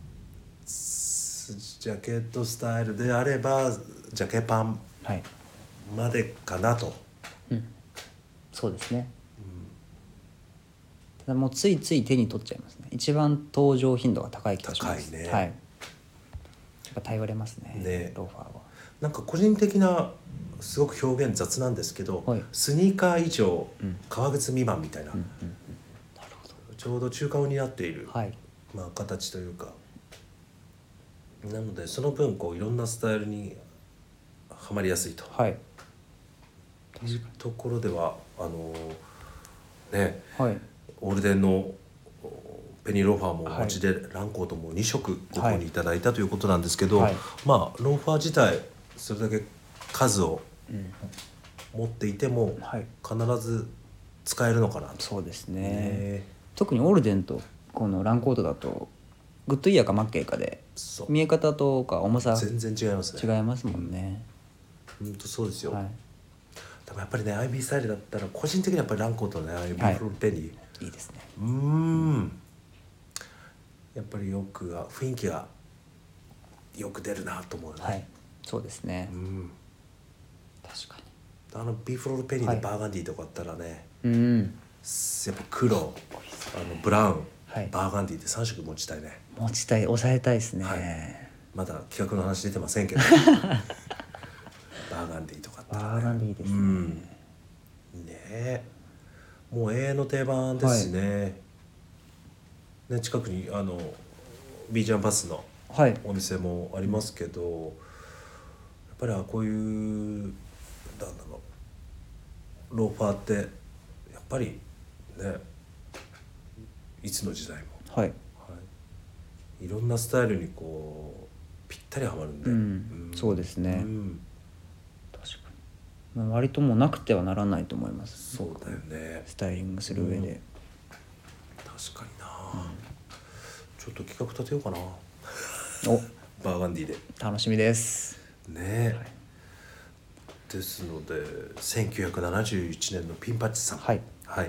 ジャケットスタイルであればジャケパンまでかなと、はい、 うん、そうですね、うん、ただもうついつい手に取っちゃいますね。一番登場頻度が高い気がします。 高いね、 はい、やっぱ頼れます ね, ねローファーは。 なんか個人的なすごく表現雑なんですけど、はい、スニーカー以上、うん、革靴未満みたいな、うんうんうん、なるほど、ちょうど中間を担っている、はい、まあ、形というか、なのでその分こういろんなスタイルにはまりやすいと、はい、いうところではあのね、はい、オールデンのペニーローファーもお持ちで、はい、ランコートもに色ご購入いただいたということなんですけど、はい、まあローファー自体それだけ数を持っていても必ず使えるのかなと、 うん、そうですね、ね、特にオールデンとこのランコートだとグッドイヤーかマッケーかで見え方とか重さ全然違いますね。 違いますもんね。 うん、本当そうですよ、はい、でもやっぱりね アイビー スタイルだったら個人的にはやっぱりランコートのね アイビー フローペニー、はい、いいですね。うーん、やっぱりよく雰囲気がよく出るなと思うね。はい、そうですね、うん、確かにあのビーフロールペニーでバーガンディとかあったらね、はい、うん、やっぱ黒、あのブラウン、はい、バーガンディってさん色持ちたいね。持ちたい、抑えたいですね、はい、まだ企画の話出てませんけどバーガンディとかあったら、ね、バーガンディですね、うん、ねえ、もう永遠の定番ですね、はい、ね、近くにあのビージャンバスのお店もありますけど、はい、やっぱりこういうなんだろう、ローファーってやっぱりね、いつの時代も、はいはい、いろんなスタイルにこうぴったりはまるんで、うんうん、そうですね、うん、確かに割ともうなくてはならないと思います。そうだよね、スタイリングする上で、うん、確かにな、うん、ちょっと企画立てようかなおバーガンディで。楽しみですね、はい、ですのでせんきゅうひゃくななじゅういちねんのピンパッチさん、はい、はい、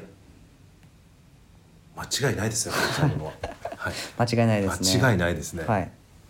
間違いないですね、このものは、はい、間違いないですね。間違いないですね、はい、うん、やっ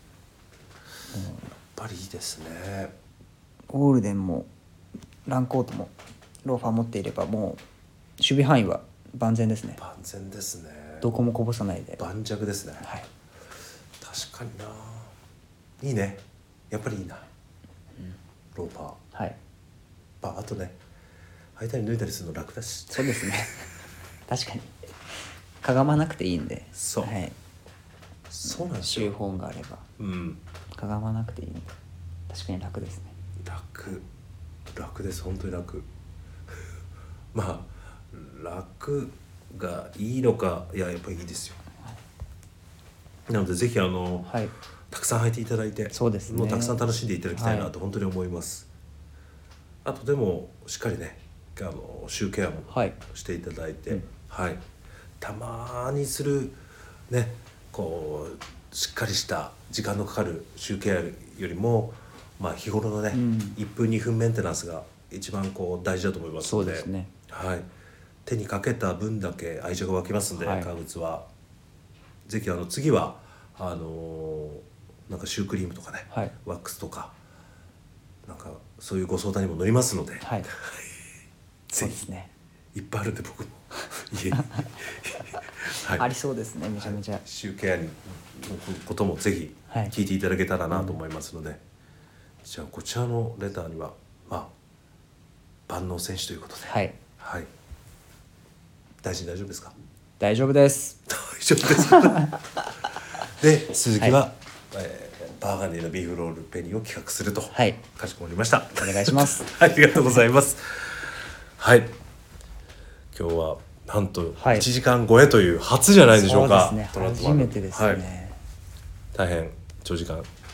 ぱりいいですね。オールデンもランコートもローファー持っていればもう守備範囲は万全ですね。万全ですね。どこもこぼさないで盤石ですね、はい、確かにな、いいね、やっぱりいいな、うん、ローファー、はい、まあ、あとね履いたり脱いだりするの楽だし。そうですね確かにかがまなくていいんで。そう、はい、そうなんですよ、シューホーンがあれば、うん、かがまなくていいんで確かに楽ですね。楽楽です、本当に楽まあ楽がいいのか、いややっぱりいいですよ、はい、なのでぜひあの、はい、たくさん履いていただいて、そうですね、もうたくさん楽しんでいただきたいなと本当に思います、はい、あとでもしっかりねあのシューケアもしていただいて、はい、うん、はい、たまにするね、こうしっかりした時間のかかるシューケアよりも、まあ、日頃のね、うん、いっぷんにふんメンテナンスが一番こう大事だと思いますので、そうですね、はい、手にかけた分だけ愛情が湧きますんで、はい、革靴はぜひあの次はあのー、なんかシュークリームとかね、はい、ワックスとかなんかそういうご相談にも乗りますので、はい、ぜひね、いっぱいあるんで僕も家に、はい、ありそうですね、めちゃめちゃ、はい、シューケアのこともぜひ聞いていただけたらなと思いますので、はい、うん、じゃあこちらのレターにはまあ万能選手ということで、はい、はい、大臣大丈夫ですか？大丈夫です。大丈夫ですか？で鈴木は、はい、えー、バーガンディのビーフロールペニーを企画すると、はい、かしこまりました。お願いします。ありがとうございます。はい、今日はなんといちじかん超えという初じゃないでしょうか。そうですね、初めてですね、はい、大変長時間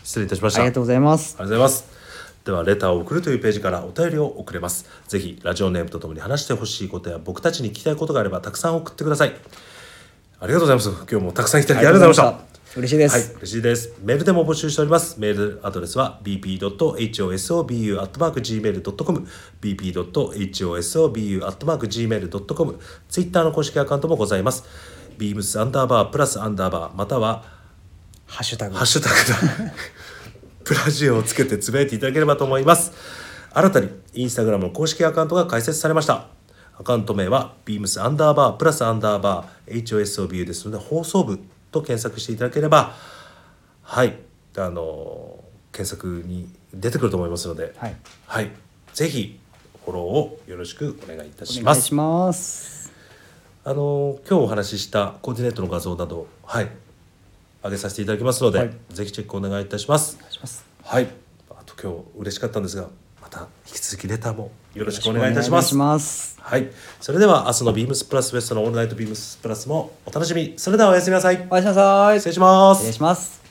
失礼いたしました。 ありがとうございます。 ありがとうございます。ではレターを送るというページからお便りを送れます。ぜひラジオネームとともに話してほしいことや僕たちに聞きたいことがあればたくさん送ってください。ありがとうございます。今日もたくさんいただきありがとうございました。 嬉しいです。 はい、嬉しいです。メールでも募集しております。メールアドレスは ビーピードットホソブアットマークジーメールドットコム ビーピードットホソブアットマークジーメールドットコム ツイッターの公式アカウントもございます。ビームスアンダーバープラスアンダーバーまたはハッシュタグハッシュタグだプラジオをつけてつぶやいていただければと思います。新たにインスタグラムの公式アカウントが開設されました。アカウント名は ビームスアンダーバープラスアンダーバー ホソブ ですので放送部と検索していただければはいあの検索に出てくると思いますので、 はい、 はい、ぜひフォローをよろしくお願いいたします。 お願いします。 あの今日お話ししたコーディネートの画像などはい上げさせていただきますので、はい、ぜひチェックお願いいたします。 お願いします。 はい、あと今日嬉しかったんですがまた引き続きレターもよろしくお願いいたします。 ますはい、それでは明日のビームスプラスウエストのオールナイトビームスプラスもお楽しみ。それではおやすみなさい。 おやすみなさい。 失礼します。 失礼します。